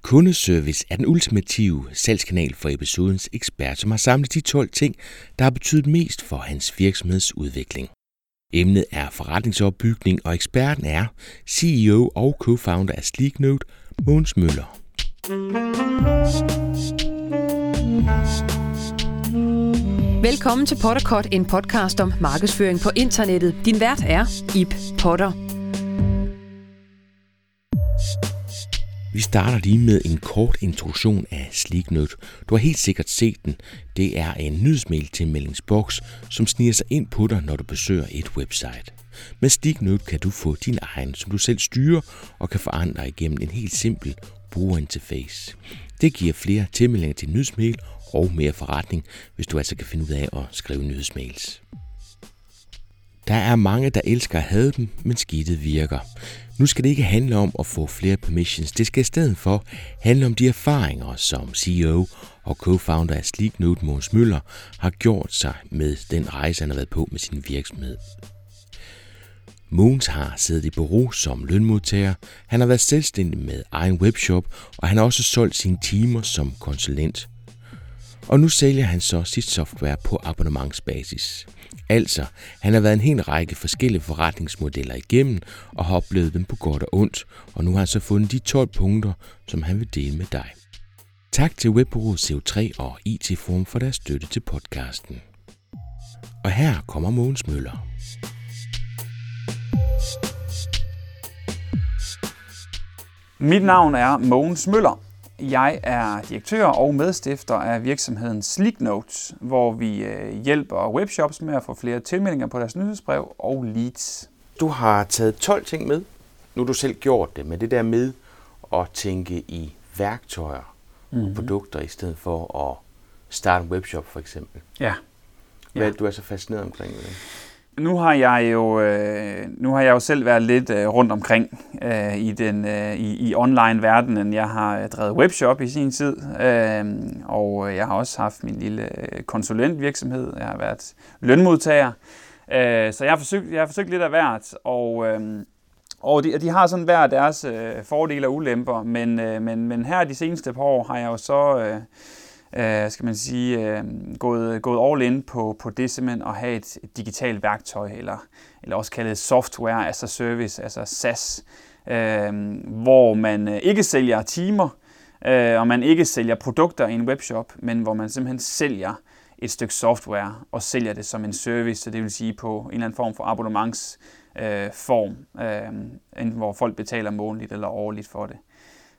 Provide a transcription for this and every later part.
Kundeservice er den ultimative salgskanal for episodens ekspert, som har samlet de 12 ting, der har betydet mest for hans virksomhedsudvikling. Emnet er forretningsopbygning, og eksperten er CEO og co-founder af Sleeknote, Mogens Møller. Velkommen til Potterkort, en podcast om markedsføring på internettet. Din vært er Ib Potter. Vi starter lige med en kort introduktion af Sleeknote. Du har helt sikkert set den. Det er en nyhedsmail-tilmeldingsboks, som sniger sig ind på dig, når du besøger et website. Med Sleeknote kan du få din egen, som du selv styrer og kan forandre igennem en helt simpel brugerinterface. Det giver flere tilmeldinger til nyhedsmail og mere forretning, hvis du altså kan finde ud af at skrive nyhedsmails. Der er mange, der elsker at have dem, men skidtet virker. Nu skal det ikke handle om at få flere permissions. Det skal i stedet for handle om de erfaringer, som CEO og co-founder af Sleeknote, Mogens Møller, har gjort sig med den rejse, han har været på med sin virksomhed. Mogens har siddet i bureau som lønmodtager, han har været selvstændig med egen webshop, og han har også solgt sine timer som konsulent. Og nu sælger han så sit software på abonnementsbasis. Altså, han har været en hel række forskellige forretningsmodeller igennem og har oplevet dem på godt og ondt, og nu har han så fundet de 12 punkter, som han vil dele med dig. Tak til webbureauet CO3 og IT Forum for deres støtte til podcasten. Og her kommer Mogens Møller. Mit navn er Mogens Møller. Jeg er direktør og medstifter af virksomheden Sleeknote, hvor vi hjælper webshops med at få flere tilmeldinger på deres nyhedsbrev og leads. Du har taget 12 ting med. Nu har du selv gjort det, med det der med at tænke i værktøjer og produkter i stedet for at starte en webshop for eksempel. Ja. Hvad du er så fascineret omkring det? Nu har jeg jo selv været lidt rundt omkring i online-verdenen. Jeg har drevet webshop i sin tid, og jeg har også haft min lille konsulentvirksomhed. Jeg har været lønmodtager, så jeg har forsøgt lidt af hvert, og de har sådan hver deres fordele og ulemper, men her de seneste par år har jeg jo så gået all in på det simpelthen at have et digitalt værktøj, eller også kaldet software as a service, altså SaaS, hvor man ikke sælger timer, og man ikke sælger produkter i en webshop, men hvor man simpelthen sælger et stykke software og sælger det som en service, så det vil sige på en eller anden form for abonnementsform, enten hvor folk betaler månedligt eller årligt for det.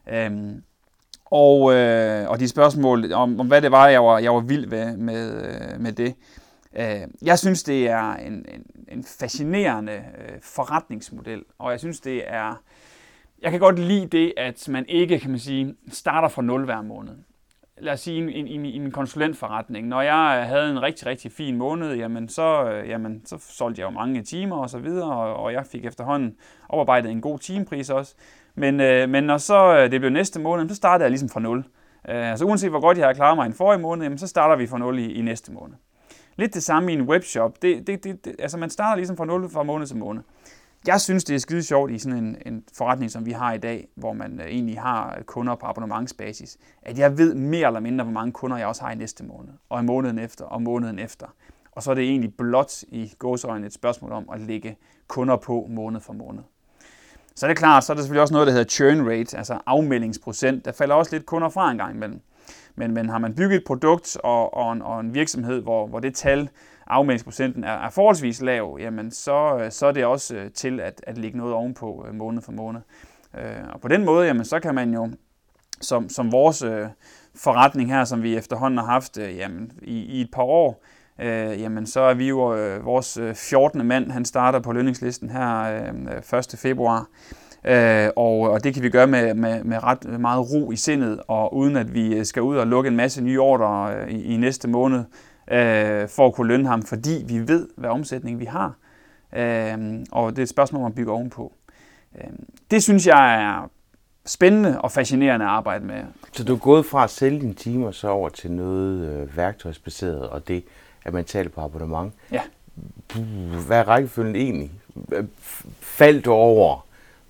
Og de spørgsmål om hvad det var, jeg var vild med det. Jeg synes, det er en fascinerende forretningsmodel, og jeg synes, jeg kan godt lide det, at man ikke, kan man sige, starter fra 0 hver måned. Lad os sige, i min konsulentforretning, når jeg havde en rigtig, rigtig fin måned, så solgte jeg jo mange timer og så videre, og jeg fik efterhånden oparbejdet en god timepris også. Men når så det blev næste måned, så startede jeg ligesom fra 0. Så uanset hvor godt jeg havde klaret mig i en forrige måned, så starter vi fra 0 i næste måned. Lidt det samme i en webshop. Altså man starter ligesom fra 0 fra måned til måned. Jeg synes, det er skide sjovt i sådan en forretning, som vi har i dag, hvor man egentlig har kunder på abonnementsbasis, at jeg ved mere eller mindre, hvor mange kunder jeg også har i næste måned, og i måneden efter, og måneden efter. Og så er det egentlig blot i gåseøjne et spørgsmål om at lægge kunder på måned for måned. Så er det klart, så er der selvfølgelig også noget, der hedder churn rate, altså afmeldingsprocent. Der falder også lidt kunder fra en gang imellem. Men har man bygget et produkt og en virksomhed, hvor det tal, afmeldingsprocenten er forholdsvis lav, jamen så er det også til at lægge noget ovenpå måned for måned. Og på den måde, jamen, så kan man jo, som vores forretning her, som vi efterhånden har haft i et par år, jamen så er vi jo vores 14. mand, han starter på lønningslisten her 1. februar, og det kan vi gøre med ret meget ro i sindet, og uden at vi skal ud og lukke en masse nye ordrer i næste måned, for at kunne lønne ham, fordi vi ved, hvad omsætning vi har, og det er et spørgsmål, man bygger ovenpå. Det synes jeg er spændende og fascinerende at arbejde med. Så du er gået fra at sælge dine timer så over til noget værktøjsbaseret, og det at man taler på abonnement. Ja. Hvad er rækkefølgen egentlig? Faldt du over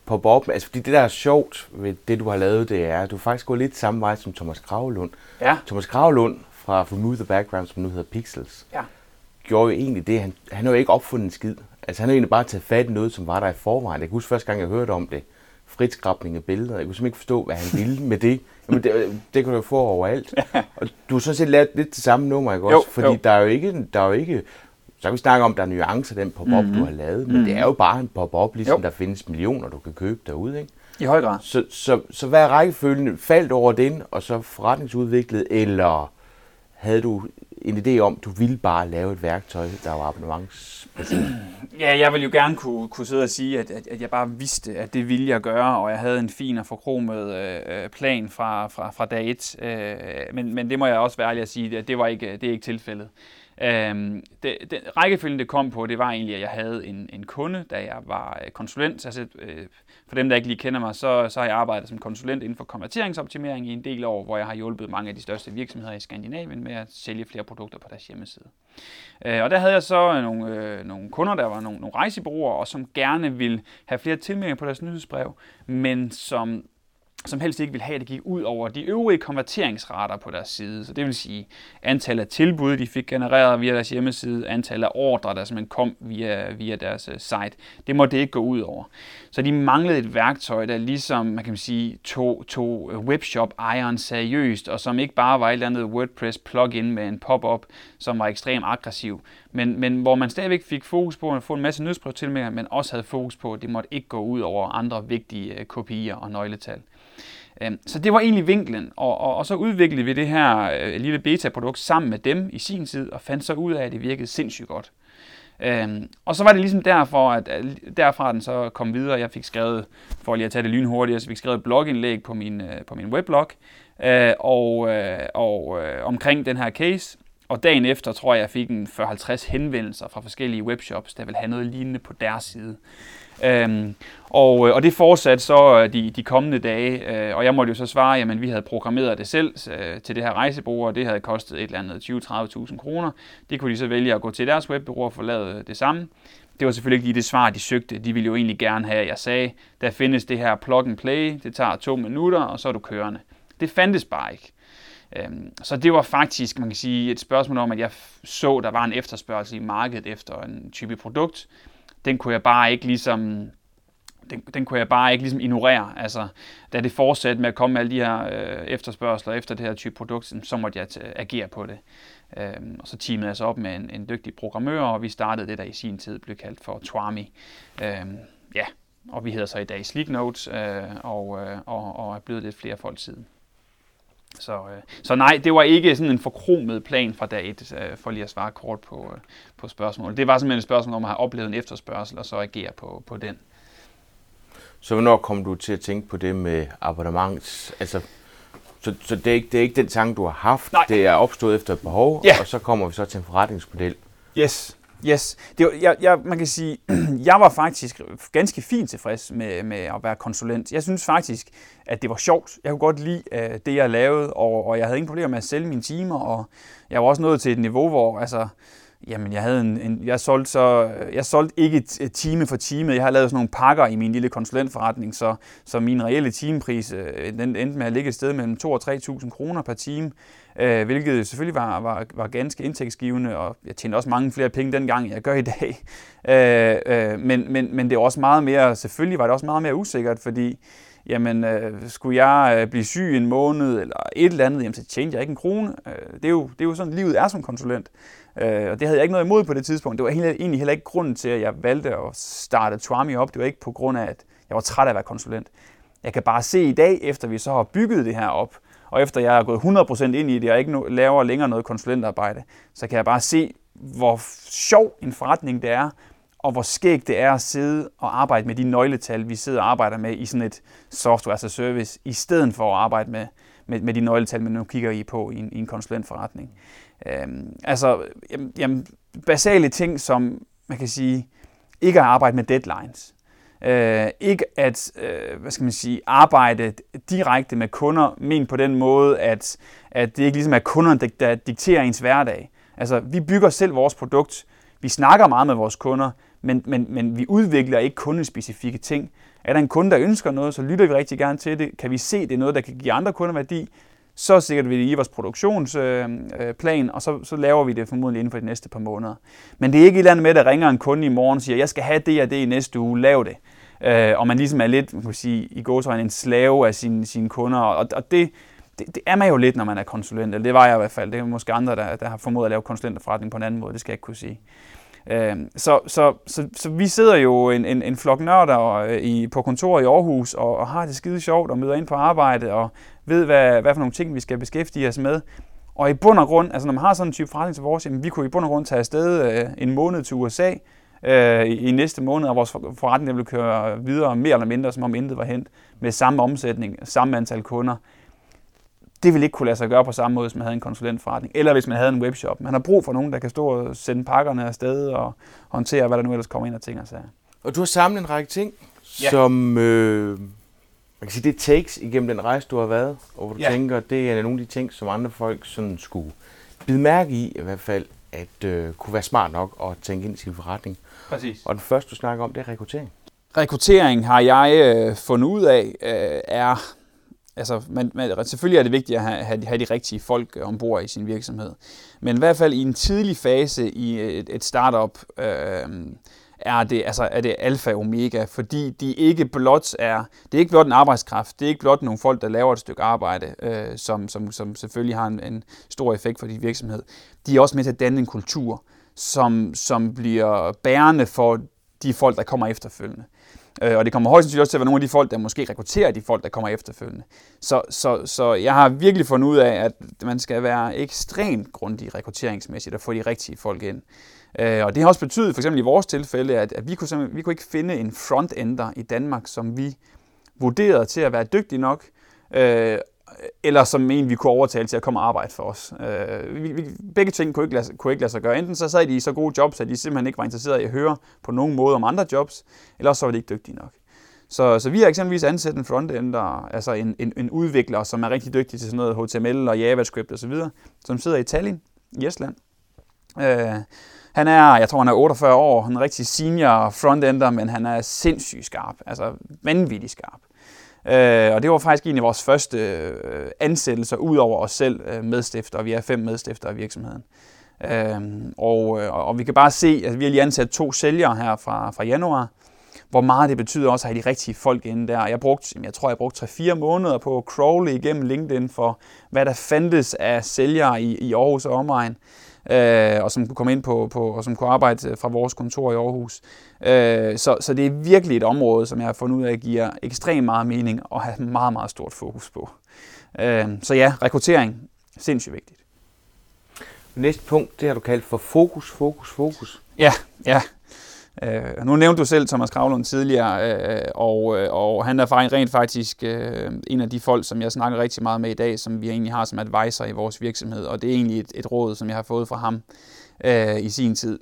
pop-up, altså fordi det der er sjovt ved det, du har lavet, det er, at du faktisk går lidt samme vej som Thomas Kragelund. Ja. Thomas Kragelund fra Remove the Background, som nu hedder Pixels, gjorde jo egentlig det, han har jo ikke opfundet en skid. Altså han har egentlig bare taget fat i noget, som var der i forvejen. Jeg kan huske første gang, jeg hørte om det, fritskrabning af billeder. Jeg kunne simpelthen ikke forstå, hvad han ville med det. Jamen, det kan du jo få overalt. Og du har sådan set lavet lidt det samme nummer, ikke også? Fordi der er jo ikke, så kan vi snakke om, der er nuancer den pop-up, du har lavet, men det er jo bare en pop-up, ligesom der findes millioner, du kan købe derude, ikke? I høj grad. Så hvad er rækkefølgen? Faldt over den, og så forretningsudviklet, eller havde du en idé om, du ville bare lave et værktøj, der var abonnementsbaseret? Ja, jeg ville jo gerne kunne sidde og sige, at jeg bare vidste, at det ville jeg gøre, og jeg havde en fin og forkromet plan fra dag 1. Men det må jeg også være ærlig at sige, at det er ikke tilfældet. Rækkefølgen det kom på, det var egentlig, at jeg havde en kunde, da jeg var konsulent. Altså, for dem, der ikke lige kender mig, så har jeg arbejdet som konsulent inden for konverteringsoptimering i en del år, hvor jeg har hjulpet mange af de største virksomheder i Skandinavien med at sælge flere produkter på deres hjemmeside. Og der havde jeg så nogle kunder, der var nogle rejsebureauer, og som gerne ville have flere tilmeldinger på deres nyhedsbrev, men som helst ikke ville have, at det gik ud over de øvrige konverteringsrater på deres side. Så det vil sige antallet af tilbud, de fik genereret via deres hjemmeside, antallet af ordre, der simpelthen kom via deres site. Det måtte det ikke gå ud over. Så de manglede et værktøj, der ligesom, man kan sige, tog webshop-ejeren seriøst, og som ikke bare var et eller andet WordPress plugin med en pop-up, som var ekstremt aggressiv, men hvor man stadigvæk fik fokus på at få en masse nyhedsbrevtilmeldinger, men også havde fokus på, at det måtte ikke gå ud over andre vigtige KPI'er og nøgletal. Så det var egentlig vinklen, og så udviklede vi det her lille beta-produkt sammen med dem i sin tid, og fandt så ud af, at det virkede sindssygt godt. Og så var det ligesom derfra den så kom videre. Jeg fik skrevet, for lige at tage det lynhurtigt, så fik skrevet et blogindlæg på min weblog, omkring den her case. Og dagen efter tror jeg fik en 40-50 henvendelser fra forskellige webshops, der ville have noget lignende på deres side. Og det fortsatte så de kommende dage, og jeg måtte jo så svare, jamen vi havde programmeret det selv til det her rejsebureau, og det havde kostet et eller andet 20-30.000 kroner. Det kunne de så vælge at gå til deres webbureau og få lavet det samme. Det var selvfølgelig ikke lige det svar, de søgte. De ville jo egentlig gerne have, at jeg sagde, der findes det her plug and play, det tager 2 minutter, og så er du kørende. Det fandtes bare ikke. Så det var faktisk, man kan sige, et spørgsmål om, at jeg så, der var en efterspørgsel i markedet efter en type produkt. Den kunne jeg bare ikke ligesom ignorere. Altså, da det fortsatte med at komme med alle de her efterspørgsler efter det her type produkt, så måtte jeg agere på det. Og så teamede jeg så op med en dygtig programmør, og vi startede det, der i sin tid blev kaldt for Twami. Og vi hedder så i dag Sleeknote, og er blevet lidt flere folk siden. Så nej, det var ikke sådan en forkromet plan fra dag 1, for lige at svare kort på spørgsmålet. Det var simpelthen et spørgsmål om at have oplevet en efterspørgsel, og så agere på den. Så hvornår kom du til at tænke på det med abonnement? Altså, så det er ikke den tanke, du har haft, nej. Det er opstået efter et behov, og så kommer vi så til en forretningsmodel. Yes. Man kan sige, jeg var faktisk ganske fint tilfreds med at være konsulent. Jeg synes faktisk, at det var sjovt. Jeg kunne godt lide det, jeg lavede, og jeg havde ingen problemer med at sælge mine timer, og jeg var også nået til et niveau, hvor jamen, jeg solgte ikke time for time. Jeg har lavet sådan nogle pakker i min lille konsulentforretning, så min reelle timepris den endte med at ligge et sted mellem 2.000 og 3.000 kroner per time, hvilket selvfølgelig var ganske indtægtsgivende, og jeg tjente også mange flere penge dengang, end jeg gør i dag. Men det var også meget mere, selvfølgelig var det også meget mere usikkert, fordi jamen, skulle jeg blive syg en måned eller et eller andet, jamen, så tjente jeg ikke en krone. Det er jo sådan, livet er som konsulent. Og det havde jeg ikke noget imod på det tidspunkt. Det var egentlig heller ikke grunden til, at jeg valgte at starte Twami op. Det var ikke på grund af, at jeg var træt af at være konsulent. Jeg kan bare se i dag, efter vi så har bygget det her op, og efter jeg er gået 100% ind i det, og ikke laver længere noget konsulentarbejde, så kan jeg bare se, hvor sjov en forretning det er, og hvor skægt det er at sidde og arbejde med de nøgletal, vi sidder og arbejder med i sådan et software as a service, i stedet for at arbejde med de nøgletal, man nu kigger i på i en konsulentforretning. Basale ting, som man kan sige, ikke at arbejde med deadlines. Ikke at arbejde direkte med kunder, men på den måde, at det ikke ligesom er kunderne, der dikterer ens hverdag. Altså, vi bygger selv vores produkt, vi snakker meget med vores kunder, men vi udvikler ikke kundespecifikke ting. Er der en kunde, der ønsker noget, så lytter vi rigtig gerne til det. Kan vi se, det er noget, der kan give andre kunder værdi, så sikrer vi det i vores produktionsplan, og så laver vi det formodentlig inden for de næste par måneder. Men det er ikke et eller andet med, der ringer en kunde i morgen og siger, jeg skal have det og det i næste uge, lav det. Og man ligesom er lidt, man kan sige, i gåseøjne en slave af sine kunder, og det er man jo lidt, når man er konsulent, eller det var jeg i hvert fald. Det er måske andre, der har formået at lave konsulenterforretning på en anden måde, det skal jeg ikke kunne sige. Så vi sidder jo en flok nørder på kontor i Aarhus og har det skide sjovt og møder ind på arbejde og ved, hvad for nogle ting vi skal beskæftige os med. Og i bund og grund, altså når man har sådan en type forretning til vores, jamen, vi kunne i bund og grund tage afsted en måned til USA i næste måned, og vores forretning vil køre videre mere eller mindre, som om intet var hent, med samme omsætning, samme antal kunder. Det ville ikke kunne lade sig gøre på samme måde, som man havde en konsulentforretning, eller hvis man havde en webshop. Man har brug for nogen, der kan stå og sende pakkerne afsted og håndtere, hvad der nu ellers kommer ind og ting og sager. Og du har samlet en række ting, som man kan sige, det takes igennem den rejse, du har været, og hvor du tænker, det er nogle af de ting, som andre folk sådan skulle bide mærke i hvert fald, at kunne være smart nok at tænke ind i sin forretning. Præcis. Og den første, du snakker om, det er rekruttering. Rekruttering har jeg fundet ud af, altså, selvfølgelig er det vigtigt at have de rigtige folk ombord i sin virksomhed. Men i hvert fald i en tidlig fase i et startup er det alfa og omega, fordi det er ikke blot en arbejdskraft, det er ikke blot nogle folk, der laver et stykke arbejde, som selvfølgelig har en stor effekt for din virksomhed. De er også med til at danne en kultur, som bliver bærende for de folk, der kommer efterfølgende. Og det kommer højst sandsynligt også til at være nogle af de folk, der måske rekrutterer de folk, der kommer efterfølgende. Så jeg har virkelig fundet ud af, at man skal være ekstremt grundig rekrutteringsmæssigt og få de rigtige folk ind. Og det har også betydet, for eksempel i vores tilfælde, at vi kunne ikke finde en frontender i Danmark, som vi vurderede til at være dygtig nok, eller som en, vi kunne overtale til at komme og arbejde for os. Begge ting kunne ikke lade sig gøre. Enten så sad de i så gode jobs, at de simpelthen ikke var interesserede i at høre på nogen måde om andre jobs, eller så var de ikke dygtige nok. Så vi har eksempelvis ansat en frontender, altså en udvikler, som er rigtig dygtig til sådan noget HTML og JavaScript osv., som sidder i Tallinn i Estland. Jeg tror han er 48 år, han er en rigtig senior frontender, men han er sindssygt skarp, altså vanvittigt skarp. Og det var faktisk en af vores første ansættelser, ud over os selv medstifter, og vi er 5 medstifter af virksomheden. Og vi kan bare se, at vi har lige ansat 2 sælgere her fra januar, hvor meget det betyder også at have de rigtige folk inde der. Jeg tror, jeg brugte 3-4 måneder på at crawle igennem LinkedIn for, hvad der fandtes af sælgere i Aarhus og omegn, og som kunne komme ind på og som kunne arbejde fra vores kontor i Aarhus. Så det er virkelig et område, som jeg har fundet ud af, giver ekstremt meget mening og have meget, meget stort fokus på. Så ja, rekruttering, sindssygt vigtigt. Næste punkt, det har du kaldt for fokus. Ja. Nu nævnte du selv Thomas Kravlund tidligere, og han er rent faktisk en af de folk, som jeg snakker rigtig meget med i dag, som vi egentlig har som advisor i vores virksomhed, og det er egentlig et råd, som jeg har fået fra ham i sin tid.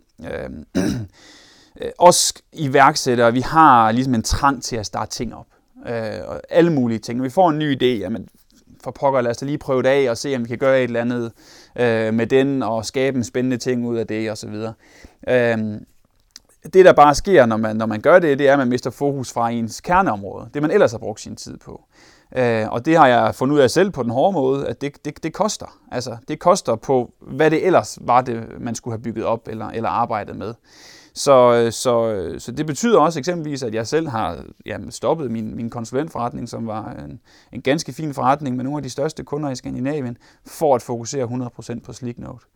Os iværksættere, vi har ligesom en trang til at starte ting op, og alle mulige ting. Når vi får en ny idé, jamen for pokker, lad os da lige prøve det af og se, om vi kan gøre et eller andet med den, og skabe en spændende ting ud af det, osv. Det, der bare sker, når man gør det, det er, at man mister fokus fra ens kerneområde. Det, man ellers har brugt sin tid på. Og det har jeg fundet ud af selv på den hårde måde, at det koster. Altså, det koster på, hvad det ellers var, det man skulle have bygget op eller arbejdet med. Så det betyder også eksempelvis, at jeg selv har stoppet min konsulentforretning, som var en ganske fin forretning med nogle af de største kunder i Skandinavien, for at fokusere 100% på Sleeknote.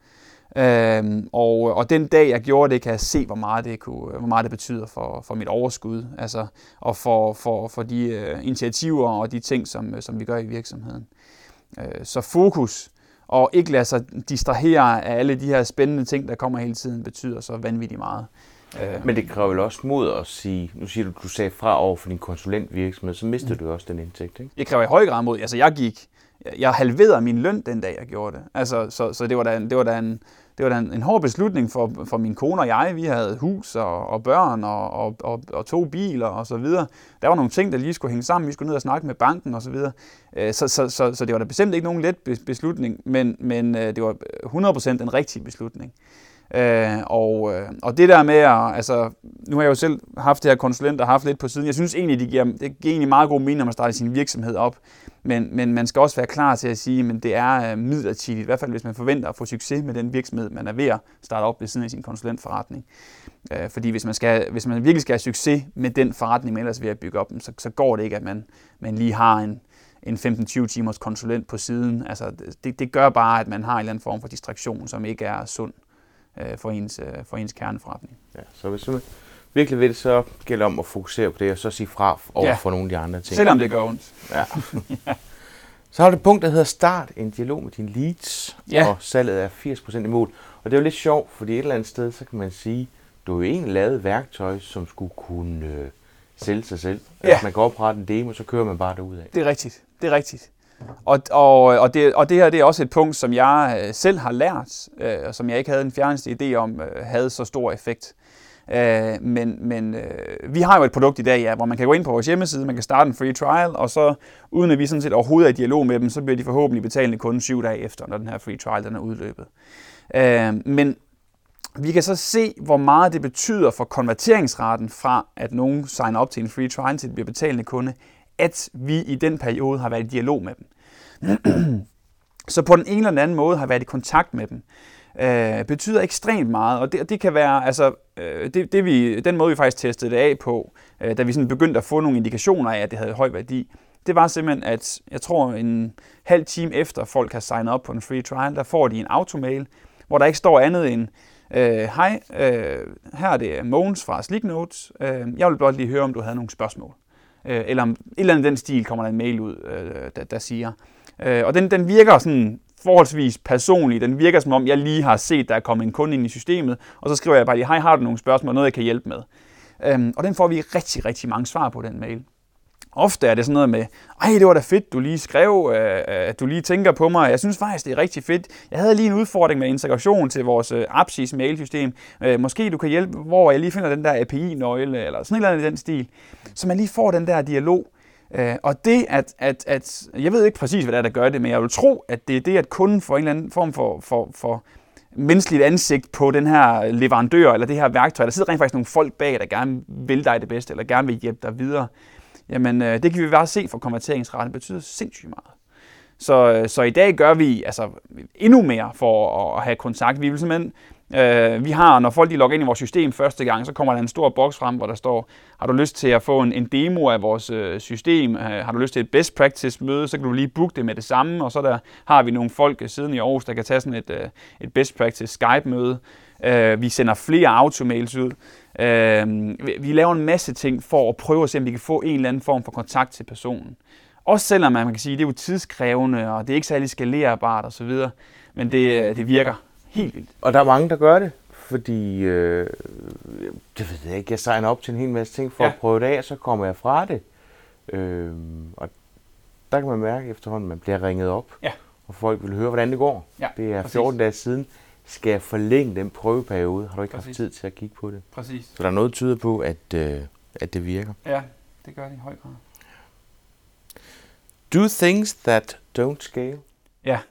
Og den dag jeg gjorde det, kan jeg se, hvor meget det betyder for mit overskud, altså, og for de initiativer og de ting, som vi gør i virksomheden. Så fokus og ikke lade sig distrahere af alle de her spændende ting, der kommer hele tiden, betyder så vanvittigt meget. Men det kræver vel også mod at sige, nu siger du sagde fra over for din konsulentvirksomhed, så mistede du også den indtægt, ikke? Det kræver i høj grad mod. Altså jeg halverede min løn den dag, jeg gjorde det. Altså, så det var da en hård beslutning for min kone og jeg. Vi havde hus og børn og 2 biler og så videre. Der var nogle ting, der lige skulle hænge sammen. Vi skulle ned og snakke med banken og så videre. Så det var da bestemt ikke nogen let beslutning, men det var 100% en rigtig beslutning. Og det der med at, altså, nu har jeg jo selv haft det her konsulent og haft lidt på siden. Jeg synes egentlig, det giver egentlig meget god mening, når man starter sin virksomhed op. Men man skal også være klar til at sige, at det er midlertidigt, i hvert fald hvis man forventer at få succes med den virksomhed, man er ved at starte op ved siden af sin konsulentforretning. Fordi hvis man virkelig skal have succes med den forretning, man ellers er ved at bygge op, så går det ikke, at man lige har en 15-20 timers konsulent på siden. Altså, det gør bare, at man har en eller anden form for distraktion, som ikke er sund for ens kerneforretning. Ja, så hvis man virkelig vil det, så gælder det om at fokusere på det, og så sige fra over for nogle af de andre ting. Selvom det gør ondt. Ja. Så har du et punkt, der hedder start en dialog med dine leads, og salget er 80% i mål. Og det er jo lidt sjovt, fordi et eller andet sted, så kan man sige, du har jo egentlig lavet værktøj, som skulle kunne sælge sig selv. Ja. Altså, man kan oprette en demo, så kører man bare derudad. Det er rigtigt. Og det her, det er også et punkt, som jeg selv har lært, og som jeg ikke havde den fjerneste idé om, havde så stor effekt. Men vi har jo et produkt i dag, hvor man kan gå ind på vores hjemmeside, man kan starte en free trial, og så uden at vi sådan set overhovedet er i dialog med dem, så bliver de forhåbentlig betalende kun 7 dage efter, når den her free trial den er udløbet. Men vi kan så se, hvor meget det betyder for konverteringsraten fra, at nogen signer op til en free trial, til det bliver betalende kunde, at vi i den periode har været i dialog med dem. Så på den ene eller den anden måde har været i kontakt med dem. Betyder ekstremt meget, og det kan være, altså, den måde vi faktisk testede det af på, da vi sådan begyndte at få nogle indikationer af, at det havde høj værdi, det var simpelthen, at jeg tror en halv time efter folk har signet op på en free trial, der får de en automail, hvor der ikke står andet end, hej, her er det Mogens fra Sliknotes, jeg vil blot lige høre, om du havde nogle spørgsmål. Eller om et eller andet den stil kommer der en mail ud, der siger. Og den virker sådan forholdsvis personlig. Den virker som om, jeg lige har set, der er kommet en kunde ind i systemet, og så skriver jeg bare lige, hej, har du nogle spørgsmål, noget jeg kan hjælpe med? Og den får vi rigtig, rigtig mange svar på, den mail. Ofte er det sådan noget med, det var da fedt, du lige skrev, at du lige tænker på mig. Jeg synes faktisk, det er rigtig fedt. Jeg havde lige en udfordring med integration til vores Apsys mailsystem. Måske du kan hjælpe, hvor jeg lige finder den der API-nøgle, eller sådan et eller andet i den stil. Så man lige får den der dialog. Og det, at jeg ved ikke præcis, hvad det er, der gør det, men jeg vil tro, at det er det, at kunden får en eller anden form for menneskeligt ansigt på den her leverandør, eller det her værktøj. Der sidder rent faktisk nogle folk bag, der gerne vil dig det bedste, eller gerne vil hjælpe dig videre. Jamen, det kan vi bare se for konverteringsraten. Det betyder sindssygt meget. Så i dag gør vi altså endnu mere for at have kontakt. Vi vil simpelthen, vi har, når folk de logger ind i vores system første gang, så kommer der en stor boks frem, hvor der står, har du lyst til at få en demo af vores system? Har du lyst til et best practice møde, så kan du lige booke det med det samme. Og så har vi nogle folk siden i Aarhus, der kan tage sådan et best practice Skype møde. Vi sender flere automails ud. Vi laver en masse ting for at prøve at se, om vi kan få en eller anden form for kontakt til personen. Også selvom man kan sige, at det er jo tidskrævende, og det er ikke særlig skalerbart osv., men det virker helt vildt. Og der er mange, der gør det, fordi det ved jeg ikke, jeg signer op til en hel masse ting for at prøve det af, og så kommer jeg fra det. Og der kan man mærke efterhånden, at man bliver ringet op, og folk vil høre, hvordan det går. Ja, det er 14 dage siden. Skal jeg forlænge den prøveperiode? Har du ikke haft tid til at kigge på det? Præcis. Så der er noget, der tyder på, at det virker. Ja, det gør det i høj grad. Do things that don't scale. Ja.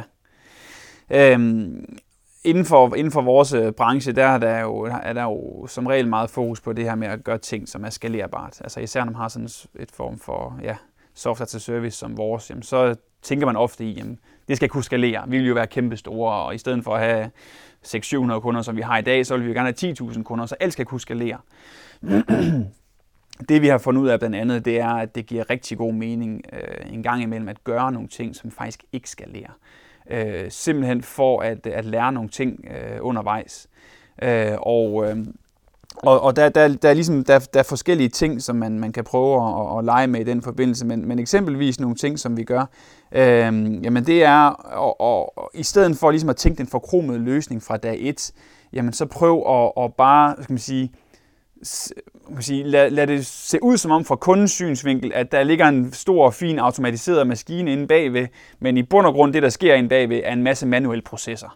Inden for vores branche, der er der jo som regel meget fokus på det her med at gøre ting, som er skalerbart. Altså især når man har sådan et form for software til service som vores, jamen, så tænker man ofte i, jamen, det skal kunne skalere. Vi vil jo være kæmpe store, og i stedet for at have 600-700 kunder, som vi har i dag, så vil vi jo gerne have 10.000 kunder, så alt skal kunne skalere. Det vi har fundet ud af blandt andet, det er, at det giver rigtig god mening en gang imellem at gøre nogle ting, som faktisk ikke skalerer. Simpelthen for at lære nogle ting undervejs. Og der er ligesom der er forskellige ting, som man kan prøve at lege med i den forbindelse, men eksempelvis nogle ting, som vi gør, jamen det er, og i stedet for ligesom at tænke den forkromede løsning fra dag 1, jamen så prøv at bare, skal man sige, lad det se ud som om fra kundens synsvinkel, at der ligger en stor, fin automatiseret maskine inde bagved, men i bund og grund det, der sker inde bagved, er en masse manuelle processer.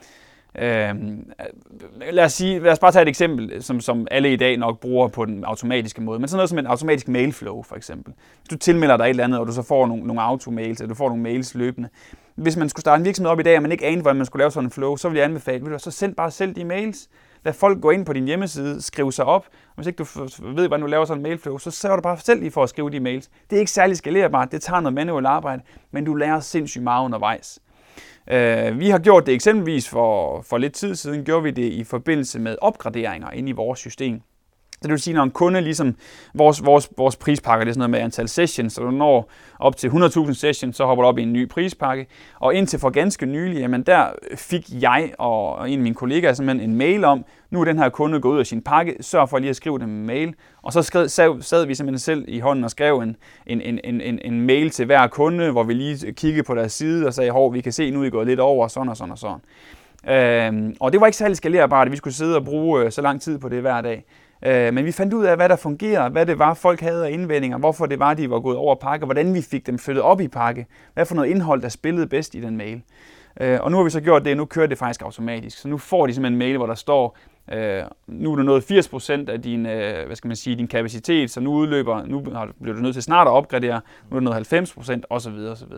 Lad os bare tage et eksempel, som alle i dag nok bruger på den automatiske måde, men sådan noget som en automatisk mailflow for eksempel. Hvis du tilmelder dig et eller andet, og du så får nogle automails, eller du får nogle mails løbende, hvis man skulle starte en virksomhed op i dag, og man ikke anede, hvordan man skulle lave sådan en flow, så vil jeg anbefale, så send bare selv de mails. Lad folk gå ind på din hjemmeside, skrive sig op. Og hvis ikke du ved, hvordan du laver sådan en mailflow, så sørger du bare selv lige for at skrive de mails. Det er ikke særlig skalerbart, det tager noget manuelt arbejde, men du lærer sindssygt meget undervejs. Vi har gjort det eksempelvis for lidt tid siden, gjorde vi det i forbindelse med opgraderinger inde i vores system. Så det vil sige, når en kunde, ligesom vores prispakker, det er sådan noget med antal sessions, så du når op til 100.000 sessions, så hopper du op i en ny prispakke. Og indtil for ganske nylig, jamen der fik jeg og en af mine kollegaer simpelthen en mail om, nu er den her kunde gået ud af sin pakke, sørg for lige at skrive dem en mail. Og så sad vi simpelthen selv i hånden og skrev en mail til hver kunde, hvor vi lige kiggede på deres side og sagde, hov, vi kan se, nu er I gået lidt over, sådan og sådan og sådan. Og det var ikke særlig skalerbart, at vi skulle sidde og bruge så lang tid på det hver dag. Men vi fandt ud af, hvad der fungerede, hvad det var, folk havde af indvendinger, hvorfor det var, de var gået over pakke, hvordan vi fik dem flyttet op i pakke, hvad for noget indhold, der spillede bedst i den mail. Og nu har vi så gjort det, nu kører det faktisk automatisk. Så nu får de simpelthen en mail, hvor der står, nu er du nået 80% af din kapacitet, så nu bliver du nødt til snart at opgradere, nu er du nået 90% osv. osv.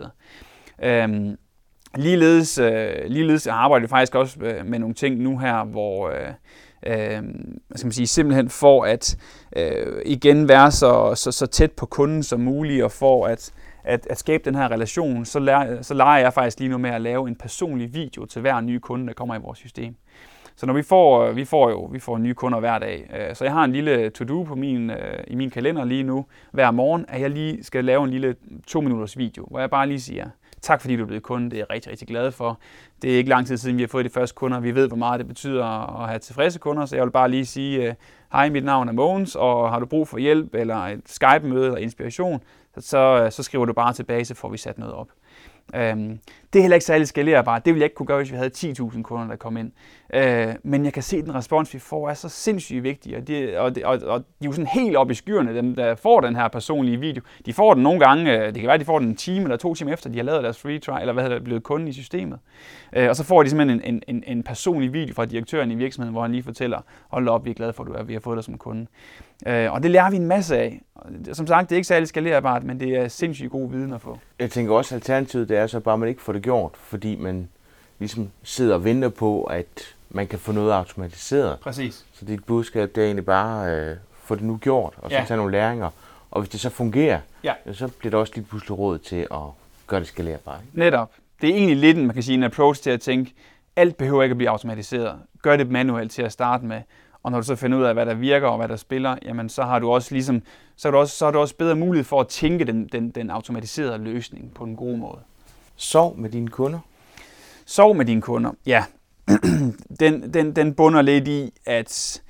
Ligeledes arbejder vi faktisk også med nogle ting nu her, hvor simpelthen for at igen være så tæt på kunden som muligt, og for at skabe den her relation, så leger jeg faktisk lige nu med at lave en personlig video til hver nye kunde, der kommer i vores system. Så når vi får nye kunder hver dag, så jeg har en lille to-do på i min kalender lige nu, hver morgen, at jeg lige skal lave en lille 2-minutters video, hvor jeg bare lige siger, tak fordi du er blevet kunde, det er jeg rigtig, rigtig glad for. Det er ikke lang tid siden, vi har fået de første kunder. Vi ved, hvor meget det betyder at have tilfredse kunder, så jeg vil bare lige sige, hej, mit navn er Mogens, og har du brug for hjælp, eller et Skype-møde, eller inspiration, så skriver du bare tilbage, så får vi sat noget op. Det er heller ikke særlig skalerbart. Det ville jeg ikke kunne gøre, hvis vi havde 10.000 kunder, der kom ind. Men jeg kan se, at den respons, vi får, er så sindssygt vigtig. Og de er jo sådan helt oppe i skyerne, dem der får den her personlige video. De får den nogle gange, det kan være, at de får den en time eller 2 timer efter, de har lavet deres free trial, eller hvad hedder det, blevet kunde i systemet. Og så får de simpelthen en personlig video fra direktøren i virksomheden, hvor han lige fortæller, hold op, vi er glade for, at vi har fået dig som kunde. Og det lærer vi en masse af. Som sagt, det er ikke særlig skalerbart, men det er sindssygt god viden at få. Jeg tænker også, at alternativet det er så bare, at man ikke får det gjort, fordi man ligesom sidder og venter på, at man kan få noget automatiseret. Præcis. Så dit budskab, det er egentlig bare, få det nu gjort, og så tage nogle læringer. Og hvis det så fungerer, så bliver der også lige pludselig råd til at gøre det skalerbart. Netop. Det er egentlig lidt, man kan sige, en approach til at tænke, alt behøver ikke at blive automatiseret. Gør det manuelt til at starte med. Og når du så finder ud af, hvad der virker og hvad der spiller, jamen så har du også så har du også bedre mulighed for at tænke den automatiserede løsning på en god måde. Sov med dine kunder. Sov med dine kunder, ja. Den bunder lidt i, at